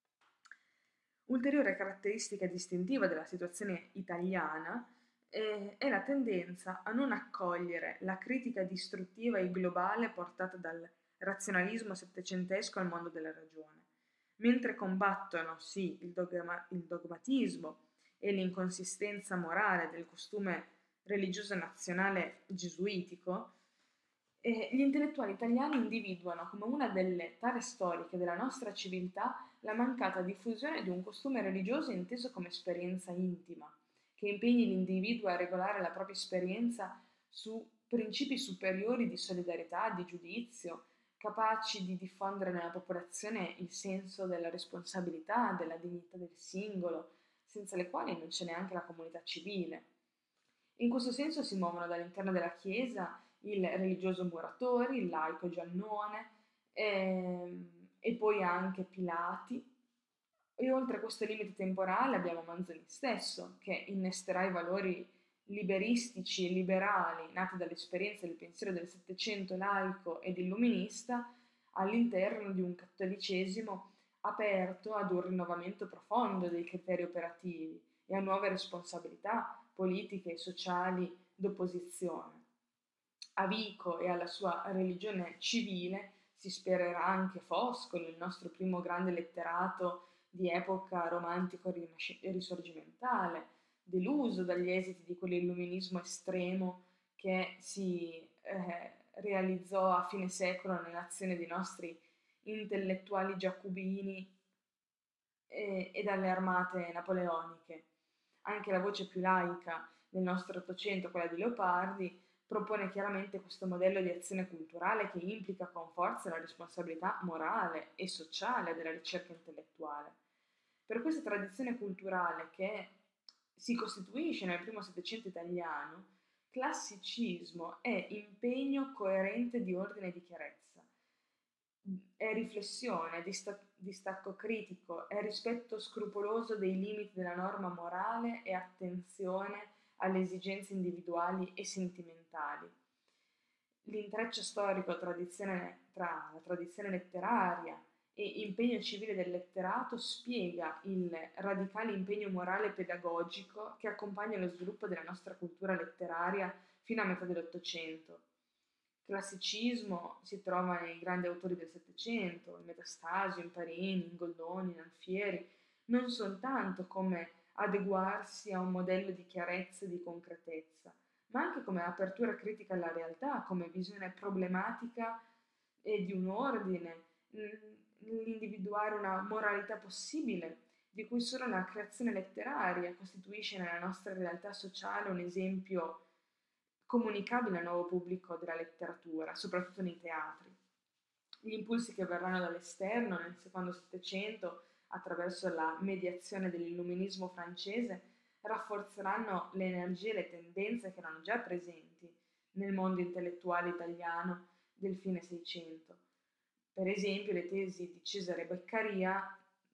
Ulteriore caratteristica distintiva della situazione italiana eh, è la tendenza a non accogliere la critica distruttiva e globale portata dal razionalismo settecentesco al mondo della ragione. Mentre combattono sì il, dogma, il dogmatismo e l'inconsistenza morale del costume religioso nazionale gesuitico, eh, gli intellettuali italiani individuano come una delle tare storiche della nostra civiltà la mancata diffusione di un costume religioso inteso come esperienza intima, che impegni l'individuo a regolare la propria esperienza su principi superiori di solidarietà, di giudizio, capaci di diffondere nella popolazione il senso della responsabilità, della dignità del singolo, senza le quali non c'è neanche la comunità civile. In questo senso si muovono dall'interno della Chiesa il religioso Muratori, il laico Giannone ehm, e poi anche Pilati. E oltre a questo limite temporale abbiamo Manzoni stesso, che innesterà i valori liberistici e liberali nati dall'esperienza del pensiero del Settecento laico ed illuminista all'interno di un cattolicesimo aperto ad un rinnovamento profondo dei criteri operativi e a nuove responsabilità politiche e sociali d'opposizione. A Vico e alla sua religione civile si ispirerà anche Foscolo, il nostro primo grande letterato di epoca romantico-risorgimentale, deluso dagli esiti di quell'illuminismo estremo che si eh, realizzò a fine secolo nell'azione dei nostri intellettuali giacobini e, e dalle armate napoleoniche. Anche la voce più laica del nostro Ottocento, quella di Leopardi, propone chiaramente questo modello di azione culturale che implica con forza la responsabilità morale e sociale della ricerca intellettuale. Per questa tradizione culturale che si costituisce nel primo Settecento italiano, classicismo è impegno coerente di ordine e di chiarezza, è riflessione, è dista- distacco critico, è rispetto scrupoloso dei limiti della norma morale e attenzione alle esigenze individuali e sentimentali. L'intreccio storico tradizione, tra la tradizione letteraria e impegno civile del letterato spiega il radicale impegno morale e pedagogico che accompagna lo sviluppo della nostra cultura letteraria fino a metà dell'Ottocento. Classicismo si trova nei grandi autori del Settecento, in Metastasio, in Parini, in Goldoni, in Alfieri, non soltanto come adeguarsi a un modello di chiarezza e di concretezza, ma anche come apertura critica alla realtà, come visione problematica e di un ordine, nell'individuare una moralità possibile, di cui solo la creazione letteraria costituisce nella nostra realtà sociale un esempio comunicabile al nuovo pubblico della letteratura, soprattutto nei teatri. Gli impulsi che verranno dall'esterno nel secondo Settecento, attraverso la mediazione dell'illuminismo francese, rafforzeranno le energie e le tendenze che erano già presenti nel mondo intellettuale italiano del fine Seicento. Per esempio le tesi di Cesare Beccaria,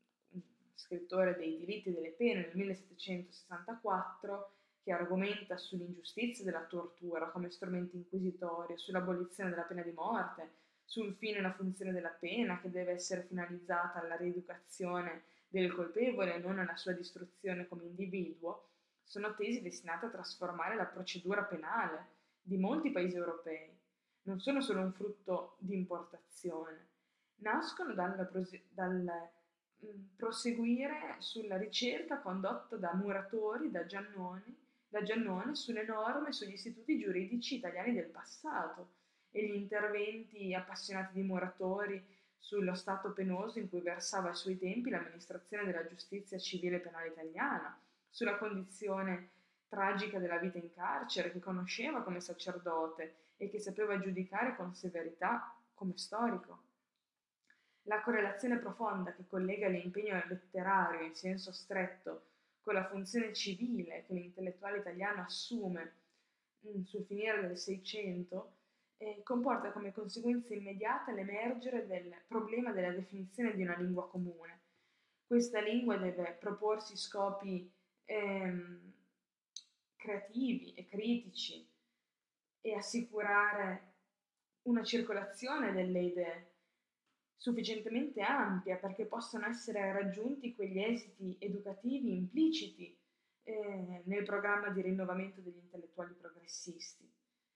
scrittore dei Diritti e delle Pene nel millesettecentosessantaquattro, che argomenta sull'ingiustizia della tortura come strumento inquisitorio, sull'abolizione della pena di morte, sul fine e la funzione della pena che deve essere finalizzata alla rieducazione del colpevole e non alla sua distruzione come individuo, sono tesi destinate a trasformare la procedura penale di molti paesi europei. Non sono solo un frutto di importazione, nascono dal, dal proseguire sulla ricerca condotta da Muratori, da Giannoni, da Giannone sulle norme e sugli istituti giuridici italiani del passato e gli interventi appassionati di Muratori sullo stato penoso in cui versava ai suoi tempi l'amministrazione della giustizia civile e penale italiana, sulla condizione tragica della vita in carcere che conosceva come sacerdote e che sapeva giudicare con severità come storico. La correlazione profonda che collega l'impegno letterario in senso stretto con la funzione civile che l'intellettuale italiano assume mh, sul finire del Seicento eh, comporta come conseguenza immediata l'emergere del problema della definizione di una lingua comune. Questa lingua deve proporsi scopi ehm, creativi e critici e assicurare una circolazione delle idee sufficientemente ampia perché possano essere raggiunti quegli esiti educativi impliciti eh, nel programma di rinnovamento degli intellettuali progressisti,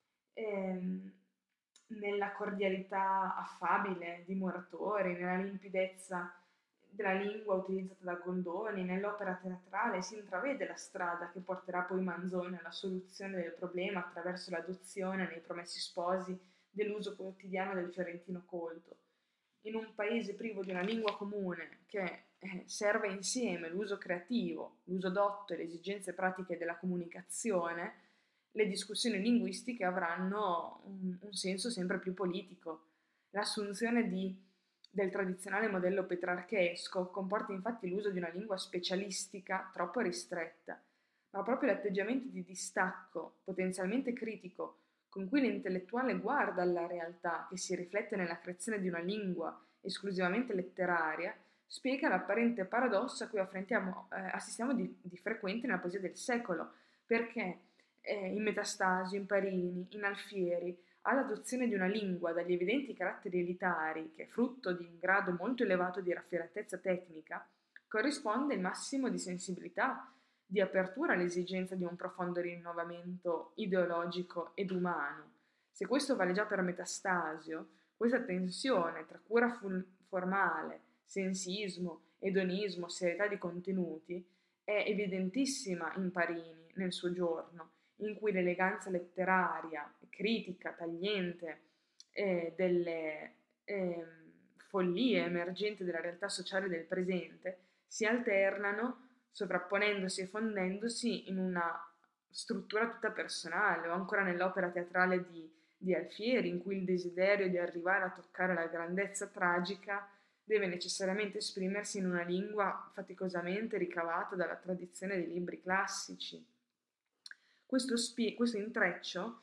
ehm, nella cordialità affabile di Muratori, nella limpidezza della lingua utilizzata da Goldoni, nell'opera teatrale si intravede la strada che porterà poi Manzoni alla soluzione del problema attraverso l'adozione nei Promessi Sposi dell'uso quotidiano del fiorentino colto. In un paese privo di una lingua comune che eh, serve insieme l'uso creativo, l'uso dotto e le esigenze pratiche della comunicazione, le discussioni linguistiche avranno un, un senso sempre più politico. L'assunzione di, del tradizionale modello petrarchesco comporta infatti l'uso di una lingua specialistica troppo ristretta, ma proprio l'atteggiamento di distacco, potenzialmente critico, con cui l'intellettuale guarda alla realtà che si riflette nella creazione di una lingua esclusivamente letteraria, spiega l'apparente paradosso a cui affrontiamo, eh, assistiamo di, di frequente nella poesia del secolo, perché eh, in Metastasio, in Parini, in Alfieri, all'adozione di una lingua dagli evidenti caratteri elitari, che è frutto di un grado molto elevato di raffinatezza tecnica, corrisponde il massimo di sensibilità, di apertura all'esigenza di un profondo rinnovamento ideologico ed umano. Se questo vale già per Metastasio, questa tensione tra cura ful- formale, sensismo, edonismo, serietà di contenuti è evidentissima in Parini nel suo giorno, in cui l'eleganza letteraria, critica, tagliente eh, delle eh, follie emergenti della realtà sociale del presente si alternano sovrapponendosi e fondendosi in una struttura tutta personale, o ancora nell'opera teatrale di, di Alfieri, in cui il desiderio di arrivare a toccare la grandezza tragica deve necessariamente esprimersi in una lingua faticosamente ricavata dalla tradizione dei libri classici. Questo, spie- questo intreccio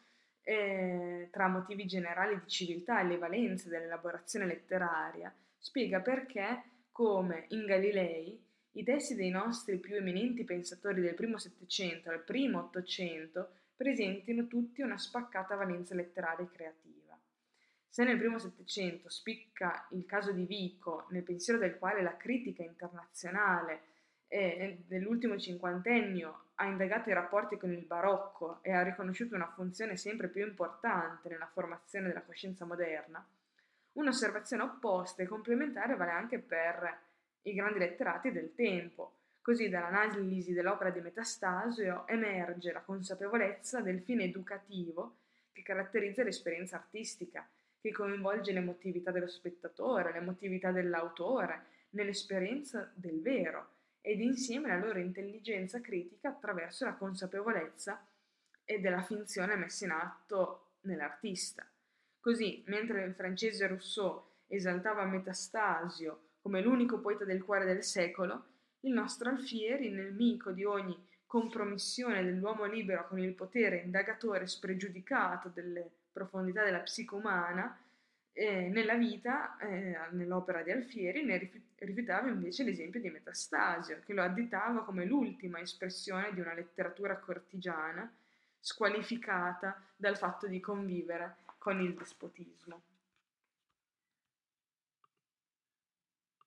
eh, tra motivi generali di civiltà e le valenze dell'elaborazione letteraria spiega perché, come in Galilei, i testi dei nostri più eminenti pensatori del primo Settecento al primo Ottocento presentino tutti una spaccata valenza letteraria e creativa. Se nel primo Settecento spicca il caso di Vico, nel pensiero del quale la critica internazionale eh, dell'ultimo cinquantennio ha indagato i rapporti con il barocco e ha riconosciuto una funzione sempre più importante nella formazione della coscienza moderna, un'osservazione opposta e complementare vale anche per i grandi letterati del tempo. Così dall'analisi dell'opera di Metastasio emerge la consapevolezza del fine educativo che caratterizza l'esperienza artistica, che coinvolge l'emotività dello spettatore, l'emotività dell'autore, nell'esperienza del vero, ed insieme la loro intelligenza critica attraverso la consapevolezza e della finzione messa in atto nell'artista. Così, mentre il francese Rousseau esaltava Metastasio come l'unico poeta del cuore del secolo, il nostro Alfieri, nemico di ogni compromissione dell'uomo libero con il potere indagatore spregiudicato delle profondità della psiche umana, eh, nella vita, eh, nell'opera di Alfieri, ne rifiutava invece l'esempio di Metastasio, che lo additava come l'ultima espressione di una letteratura cortigiana, squalificata dal fatto di convivere con il dispotismo.